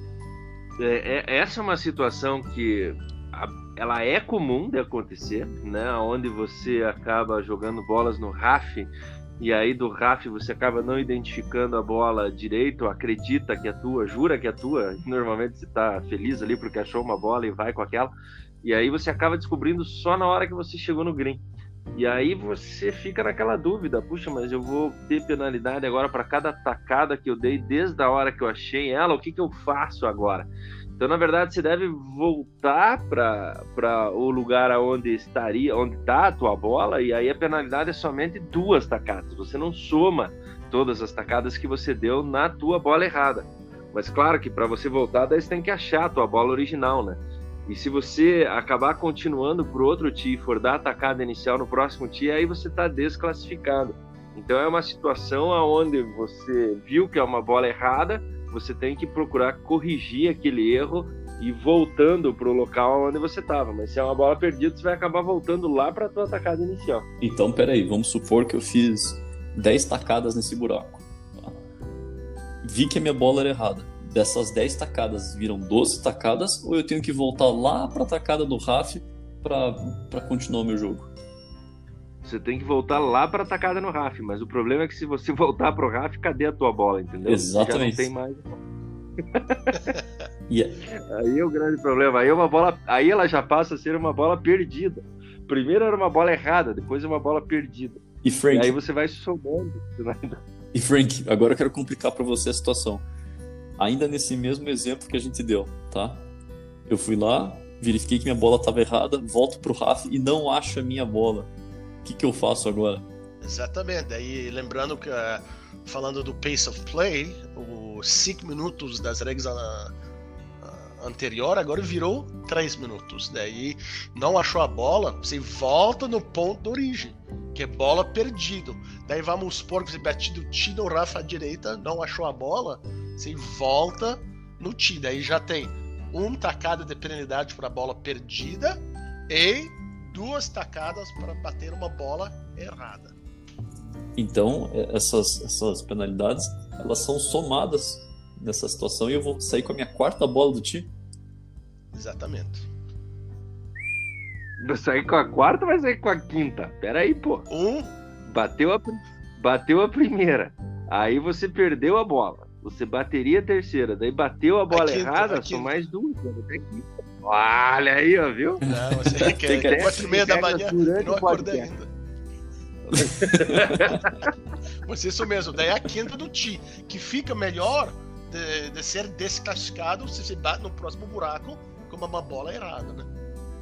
É, é, essa é uma situação que a, ela é comum de acontecer, né? Onde você acaba jogando bolas no R A F e aí do R A F você acaba não identificando a bola direito, acredita que é tua, jura que é tua, normalmente você está feliz ali porque achou uma bola e vai com aquela, e aí você acaba descobrindo só na hora que você chegou no green. E aí você fica naquela dúvida, puxa, mas eu vou ter penalidade agora para cada tacada que eu dei desde a hora que eu achei ela, o que, que eu faço agora? Então, na verdade, você deve voltar para o lugar onde estaria, onde está a tua bola, e aí a penalidade é somente duas tacadas. Você não soma todas as tacadas que você deu na tua bola errada. Mas claro que para você voltar, daí você tem que achar a tua bola original, né? E se você acabar continuando por outro tee e for dar a tacada inicial no próximo tee, aí você está desclassificado. Então é uma situação onde você viu que é uma bola errada, você tem que procurar corrigir aquele erro e voltando para o local onde você estava. Mas se é uma bola perdida, você vai acabar voltando lá para a tua tacada inicial. Então, peraí, vamos supor que eu fiz dez tacadas nesse buraco. Tá? Vi que a minha bola era errada. Dessas dez tacadas viram doze tacadas, ou eu tenho que voltar lá para a tacada do R A F para continuar o meu jogo? Você tem que voltar lá para a tacada no R A F, mas o problema é que se você voltar para o R A F, cadê a tua bola, entendeu? Exatamente. Já não tem mais. Yeah. Aí é o grande problema. Aí, é uma bola... Aí ela já passa a ser uma bola perdida. Primeiro era uma bola errada, depois é uma bola perdida. E Frank, e aí você vai somando. E Frank, agora eu quero complicar para você a situação. Ainda nesse mesmo exemplo que a gente deu, tá? Eu fui lá, verifiquei que minha bola estava errada, volto pro R A F e não acho a minha bola. O que, que eu faço agora? Exatamente. Aí lembrando que uh, falando do pace of play, os cinco minutos das regras uh, uh, anterior agora virou três minutos. Daí não achou a bola, você volta no ponto de origem, que é bola perdido. Daí vamos supor que você batido o tee no R A F à direita, não achou a bola, você volta no tee. Daí já tem uma tacada de penalidade para a bola perdida e duas tacadas para bater uma bola errada. Então, essas, essas penalidades, elas são somadas nessa situação e eu vou sair com a minha quarta bola do tee? Exatamente. Vai sair com a quarta ou vai sair com a quinta? Pera aí, pô. Um. Bateu a, bateu a primeira. Aí você perdeu a bola. Você bateria a terceira. Daí bateu a bola a quinta, errada, a são mais duas. Olha aí, ó, viu? Não, você quer, que, quatro e meia da manhã e não acordei ainda. Mas isso mesmo. Daí a quinta do tee, que fica melhor de, de ser desclassificado se você bate no próximo buraco com uma bola errada, né?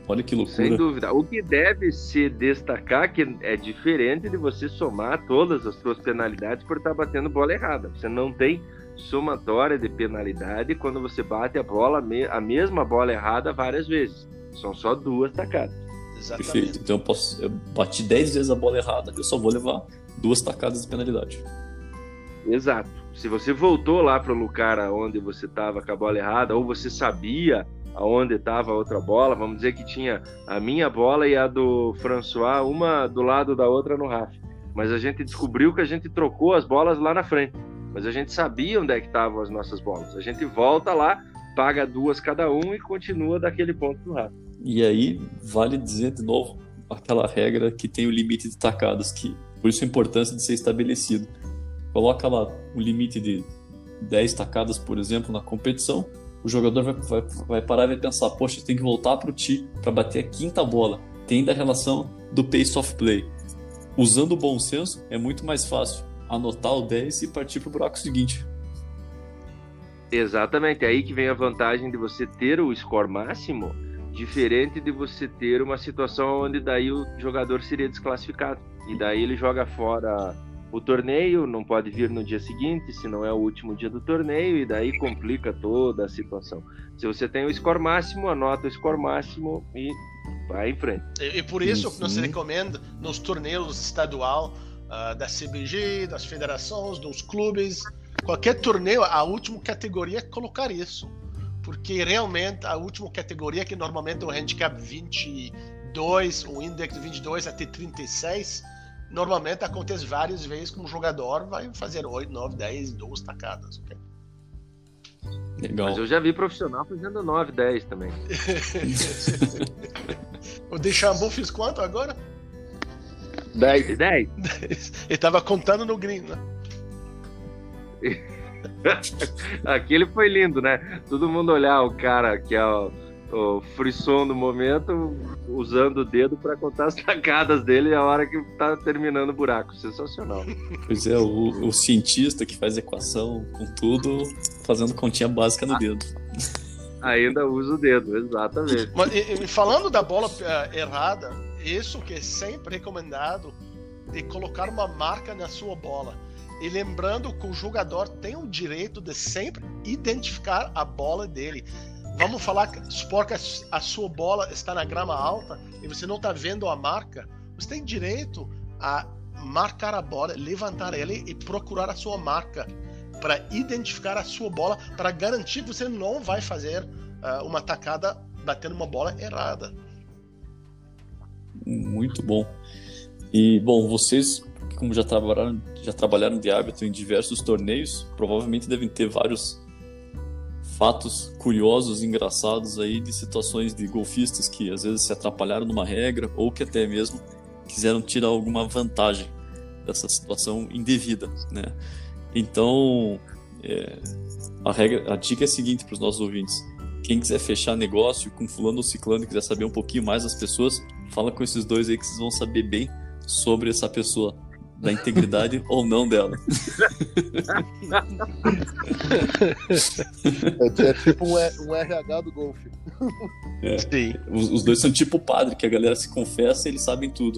Olha que loucura. Sem dúvida. O que deve se destacar que é diferente de você somar todas as suas penalidades por estar batendo bola errada. Você não tem somatória de penalidade quando você bate a bola, a mesma bola errada várias vezes. São só duas tacadas. Exatamente. Perfeito. Então eu, posso, eu bati dez vezes a bola errada, eu só vou levar duas tacadas de penalidade. Exato. Se você voltou lá para o lugar onde você estava com a bola errada, ou você sabia aonde estava a outra bola, vamos dizer que tinha a minha bola e a do François, uma do lado da outra no Raf. Mas a gente descobriu que a gente trocou as bolas lá na frente. Mas a gente sabia onde é que estavam as nossas bolas. A gente volta lá, paga duas cada um e continua daquele ponto do Raf. E aí, vale dizer de novo aquela regra que tem o limite de tacadas, que por isso a importância de ser estabelecido. Coloca lá um limite de dez tacadas, por exemplo, na competição, o jogador vai, vai, vai parar e vai pensar, poxa, tem que voltar para o tee para bater a quinta bola. Tem ainda a relação do pace of play. Usando o bom senso, é muito mais fácil anotar o dez e partir para o buraco seguinte. Exatamente, é aí que vem a vantagem de você ter o score máximo, diferente de você ter uma situação onde daí o jogador seria desclassificado. E daí ele joga fora o torneio, não pode vir no dia seguinte, se não é o último dia do torneio, e daí complica toda a situação. Se você tem o score máximo, anota o score máximo e vai em frente. E, e por isso que nós recomendamos nos torneios estadual uh, da C B G, das federações, dos clubes, qualquer torneio, a última categoria é colocar isso. Porque realmente a última categoria, que normalmente é o handicap vinte e dois, o index de vinte e dois até trinta e seis, normalmente acontece várias vezes que um jogador vai fazer oito, nove, dez, doze tacadas. Okay? Legal. Mas eu já vi profissional fazendo nove, dez também. O Deschambault fez quanto agora? dez. dez. Ele tava contando no green, né? Aquele foi lindo, né? Todo mundo olhar o cara que é o, o frisson do momento, usando o dedo para contar as tacadas dele a hora que tá terminando o buraco. Sensacional. Pois é, o, o cientista que faz equação com tudo, fazendo continha básica no ah, dedo. Ainda usa o dedo, exatamente. Mas, e, e falando da bola uh, errada, isso que é sempre recomendado, de colocar uma marca na sua bola. E lembrando que o jogador tem o direito de sempre identificar a bola dele. Vamos falar que, supor que a sua bola está na grama alta e você não está vendo a marca, você tem direito a marcar a bola, levantar ela e procurar a sua marca para identificar a sua bola, para garantir que você não vai fazer uh, uma tacada batendo uma bola errada. Muito bom. E, bom, vocês, como já trabalharam, já trabalharam de árbitro em diversos torneios, provavelmente devem ter vários fatos curiosos, engraçados aí de situações de golfistas que às vezes se atrapalharam numa regra ou que até mesmo quiseram tirar alguma vantagem dessa situação indevida, né? Então, é, a, regra, a dica é a seguinte para os nossos ouvintes: quem quiser fechar negócio com fulano ou ciclano e quiser saber um pouquinho mais das pessoas, fala com esses dois aí que vocês vão saber bem sobre essa pessoa, da integridade ou não dela. É, é tipo um, um R H do golfe. É. Sim. Os, os dois são tipo o padre, que a galera se confessa e eles sabem tudo.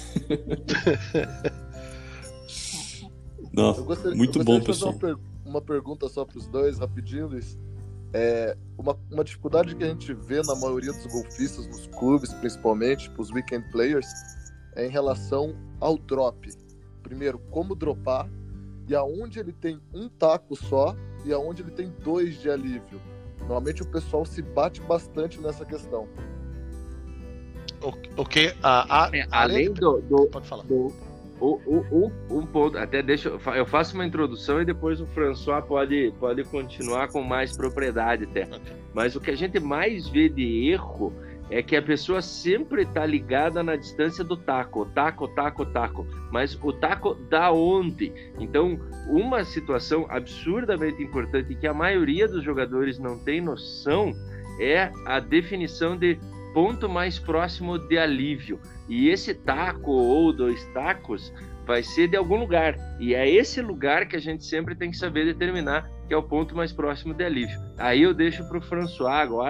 Não, eu gostaria, muito eu bom, de fazer pessoal. Uma, per, uma pergunta só para os dois, rapidinho, Luiz. É, uma, uma dificuldade que a gente vê na maioria dos golfistas, nos clubes principalmente, para os weekend players, é em relação ao drop. Primeiro, como dropar, e aonde ele tem um taco só e aonde ele tem dois de alívio. Normalmente o pessoal se bate bastante nessa questão. O, o que? A, a, é, além do, do, pode falar. Do, o, o, o, um ponto, até deixa eu faço uma introdução e depois o François pode, pode continuar com mais propriedade até. Mas o que a gente mais vê de erro é que a pessoa sempre está ligada na distância do taco, taco, taco, taco, mas o taco da onde? Então, uma situação absurdamente importante que a maioria dos jogadores não tem noção é a definição de ponto mais próximo de alívio. E esse taco ou dois tacos vai ser de algum lugar. E é esse lugar que a gente sempre tem que saber determinar, que é o ponto mais próximo de alívio. Aí eu deixo para o François agora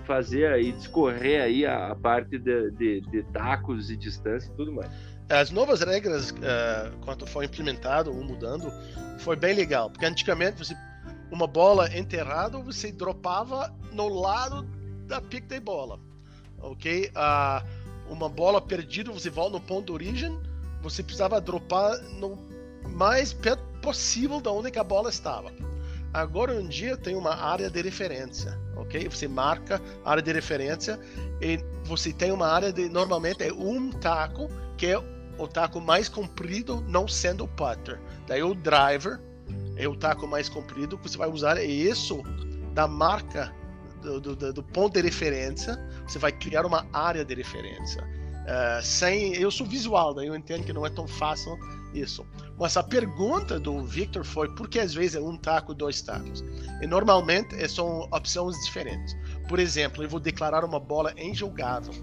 fazer aí, discorrer aí a, a parte de, de, de tacos e distância e tudo mais. As novas regras, uh, quando foi implementado ou mudando, foi bem legal, porque antigamente você, uma bola enterrada, você dropava no lado da pick da bola, ok? Uh, uma bola perdida, você volta no ponto de origem, você precisava dropar no mais perto possível de onde que a bola estava. Agora, um dia, tem uma área de referência, ok? Você marca a área de referência e você tem uma área de, normalmente, é um taco, que é o taco mais comprido, não sendo o putter. Daí o driver é o taco mais comprido que você vai usar, é isso da marca do, do, do ponto de referência, você vai criar uma área de referência. Uh, sem, eu sou visual, daí eu entendo que não é tão fácil isso. Mas a pergunta do Victor foi por que às vezes é um taco, dois tacos? E normalmente são opções diferentes. Por exemplo, eu vou declarar uma bola injogável.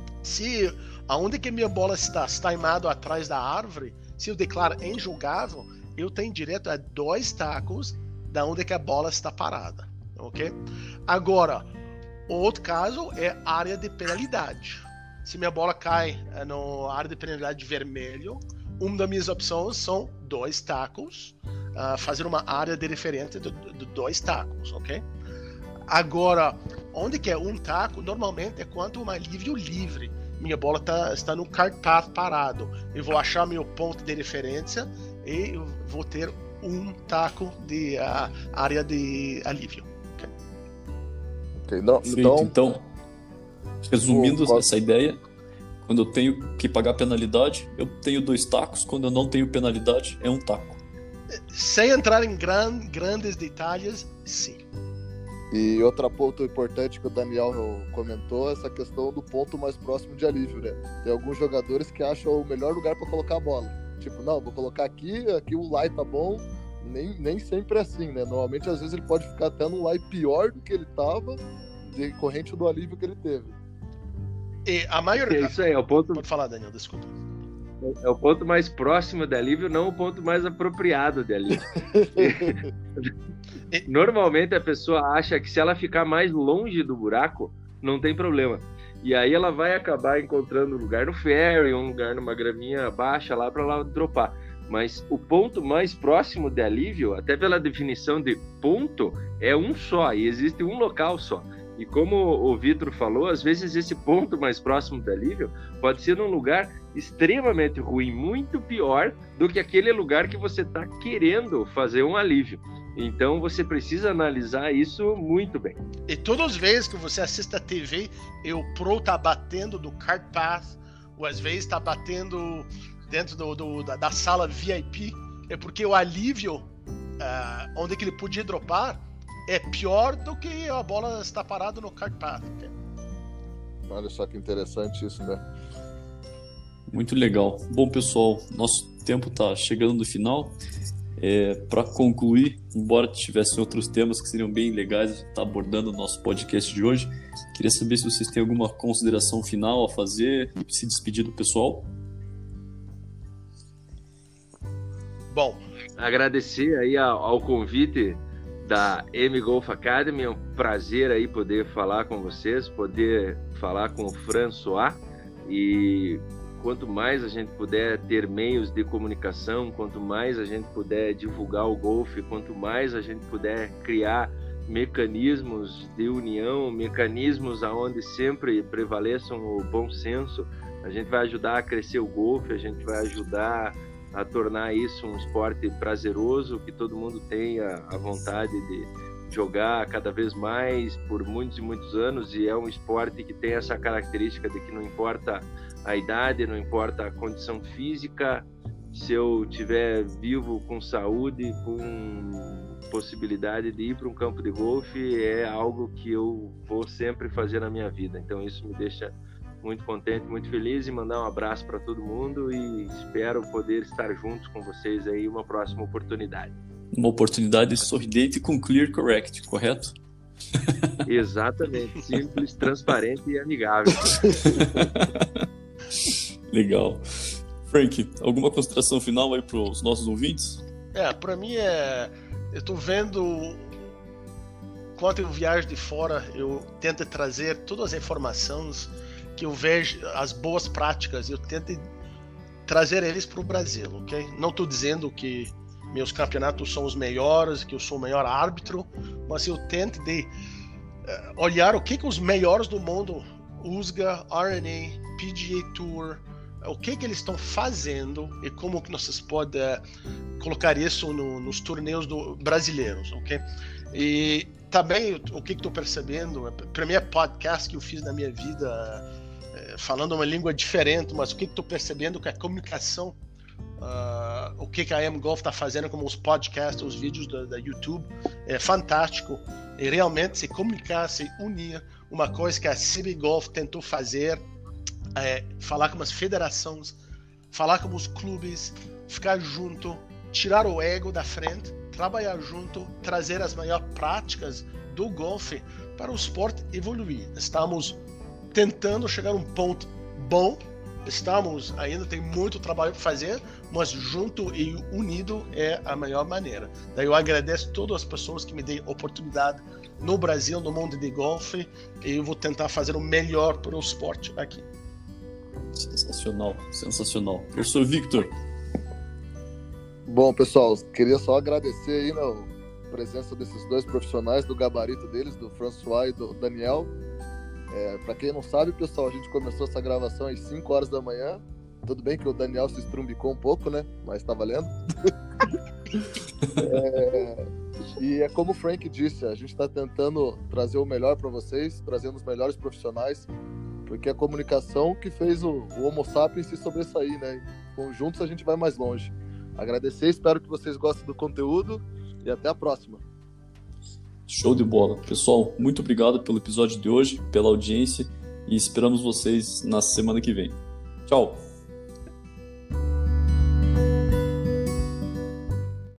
Se aonde que minha bola está, está timado atrás da árvore, se eu declaro injogável, eu tenho direito a dois tacos da onde que a bola está parada, ok? Agora, outro caso é área de penalidade. Se minha bola cai na área de penalidade vermelho, uma das minhas opções são dois tacos, uh, fazer uma área de referência de, de dois tacos, ok? Agora, onde que é um taco, normalmente é quanto um alívio livre. Minha bola tá, está no cart path parado. Eu vou achar meu ponto de referência e eu vou ter um taco de uh, área de alívio. Okay? Okay, não, Feito, então... então, resumindo o... essa ideia, quando eu tenho que pagar penalidade, eu tenho dois tacos. Quando eu não tenho penalidade, é um taco. Sem entrar em gran, grandes detalhes, sim. E outro ponto importante que o Daniel comentou é essa questão do ponto mais próximo de alívio, né? Tem alguns jogadores que acham o melhor lugar para colocar a bola. Tipo, não, vou colocar aqui, aqui o lie tá bom. Nem, nem sempre é assim, né? Normalmente, às vezes, ele pode ficar até num lie pior do que ele tava, decorrente do alívio que ele teve. E a maioria... É isso aí, é o ponto... Pode falar, Daniel, desculpa. É o ponto mais próximo de alívio, não o ponto mais apropriado de alívio. Normalmente a pessoa acha que se ela ficar mais longe do buraco, não tem problema. E aí ela vai acabar encontrando um lugar no ferry, um lugar numa graminha baixa lá para ela dropar. Mas o ponto mais próximo de alívio, até pela definição de ponto, é um só, e existe um local só. E como o Vitor falou, às vezes esse ponto mais próximo do alívio pode ser num lugar extremamente ruim, muito pior do que aquele lugar que você está querendo fazer um alívio. Então você precisa analisar isso muito bem. E todas as vezes que você assiste a T V e o pro tá batendo do cart path, ou às vezes tá batendo dentro do, do, da, da sala V I P, é porque o alívio, uh, onde que ele podia dropar, é pior do que a bola está parada no cart path. Olha só que interessante isso, né? Muito legal. Bom, pessoal, nosso tempo está chegando no final. É, para concluir, embora tivessem outros temas que seriam bem legais de estar abordando no nosso podcast de hoje, queria saber se vocês têm alguma consideração final a fazer e se despedir do pessoal. Bom, agradecer aí ao, ao convite da M Golf Academy, é um prazer aí poder falar com vocês, poder falar com o François, e quanto mais a gente puder ter meios de comunicação, quanto mais a gente puder divulgar o golfe, quanto mais a gente puder criar mecanismos de união, mecanismos aonde sempre prevaleçam o bom senso, a gente vai ajudar a crescer o golfe, a gente vai ajudar a tornar isso um esporte prazeroso, que todo mundo tenha a vontade de jogar cada vez mais por muitos e muitos anos, e é um esporte que tem essa característica de que não importa a idade, não importa a condição física, se eu estiver vivo, com saúde, com possibilidade de ir para um campo de golfe, é algo que eu vou sempre fazer na minha vida. Então isso me deixa muito contente, muito feliz, e mandar um abraço para todo mundo, e espero poder estar juntos com vocês aí uma próxima oportunidade. Uma oportunidade sorridente com clear correct, correto? Exatamente, simples, transparente e amigável. Legal. Frank, alguma consideração final aí para os nossos ouvintes? É, para mim é... Eu tô vendo enquanto eu viajo de fora, eu tento trazer todas as informações que eu vejo, as boas práticas, eu tento trazer eles para o Brasil, ok? Não estou dizendo que meus campeonatos são os melhores, que eu sou o melhor árbitro, mas eu tento de uh, olhar o que, que os melhores do mundo, U S G A, R N A, P G A Tour, o que, que eles estão fazendo e como que nós podemos uh, colocar isso no, nos torneios do, brasileiros, ok? E também o que estou percebendo, o primeiro podcast que eu fiz na minha vida, uh, falando uma língua diferente, mas o que estou percebendo que a comunicação, uh, o que, que a M Golf está fazendo com os podcasts, os vídeos da, da YouTube, é fantástico. E realmente se comunicar, se unir, uma coisa que a C B Golf tentou fazer, é falar com as federações, falar com os clubes, ficar junto, tirar o ego da frente, trabalhar junto, trazer as melhores práticas do golfe para o esporte evoluir. Estamos tentando chegar a um ponto bom, estamos ainda, tem muito trabalho para fazer, mas junto e unido é a melhor maneira. Daí eu agradeço a todas as pessoas que me dêem oportunidade no Brasil, no mundo de golfe, e eu vou tentar fazer o melhor para o esporte aqui. Sensacional, sensacional. Professor Victor. Bom, pessoal, queria só agradecer aí, né, a presença desses dois profissionais, do gabarito deles, do François e do Daniel. É, para quem não sabe, pessoal, a gente começou essa gravação às cinco horas da manhã. Tudo bem que o Daniel se estrumbicou um pouco, né? Mas tá valendo. é, e é como o Frank disse, a gente está tentando trazer o melhor para vocês, trazendo os melhores profissionais, porque é a comunicação que fez o, o Homo sapiens se sobressair, né? E, juntos a gente vai mais longe. Agradecer, espero que vocês gostem do conteúdo e até a próxima. Show de bola. Pessoal, muito obrigado pelo episódio de hoje, pela audiência, e esperamos vocês na semana que vem. Tchau!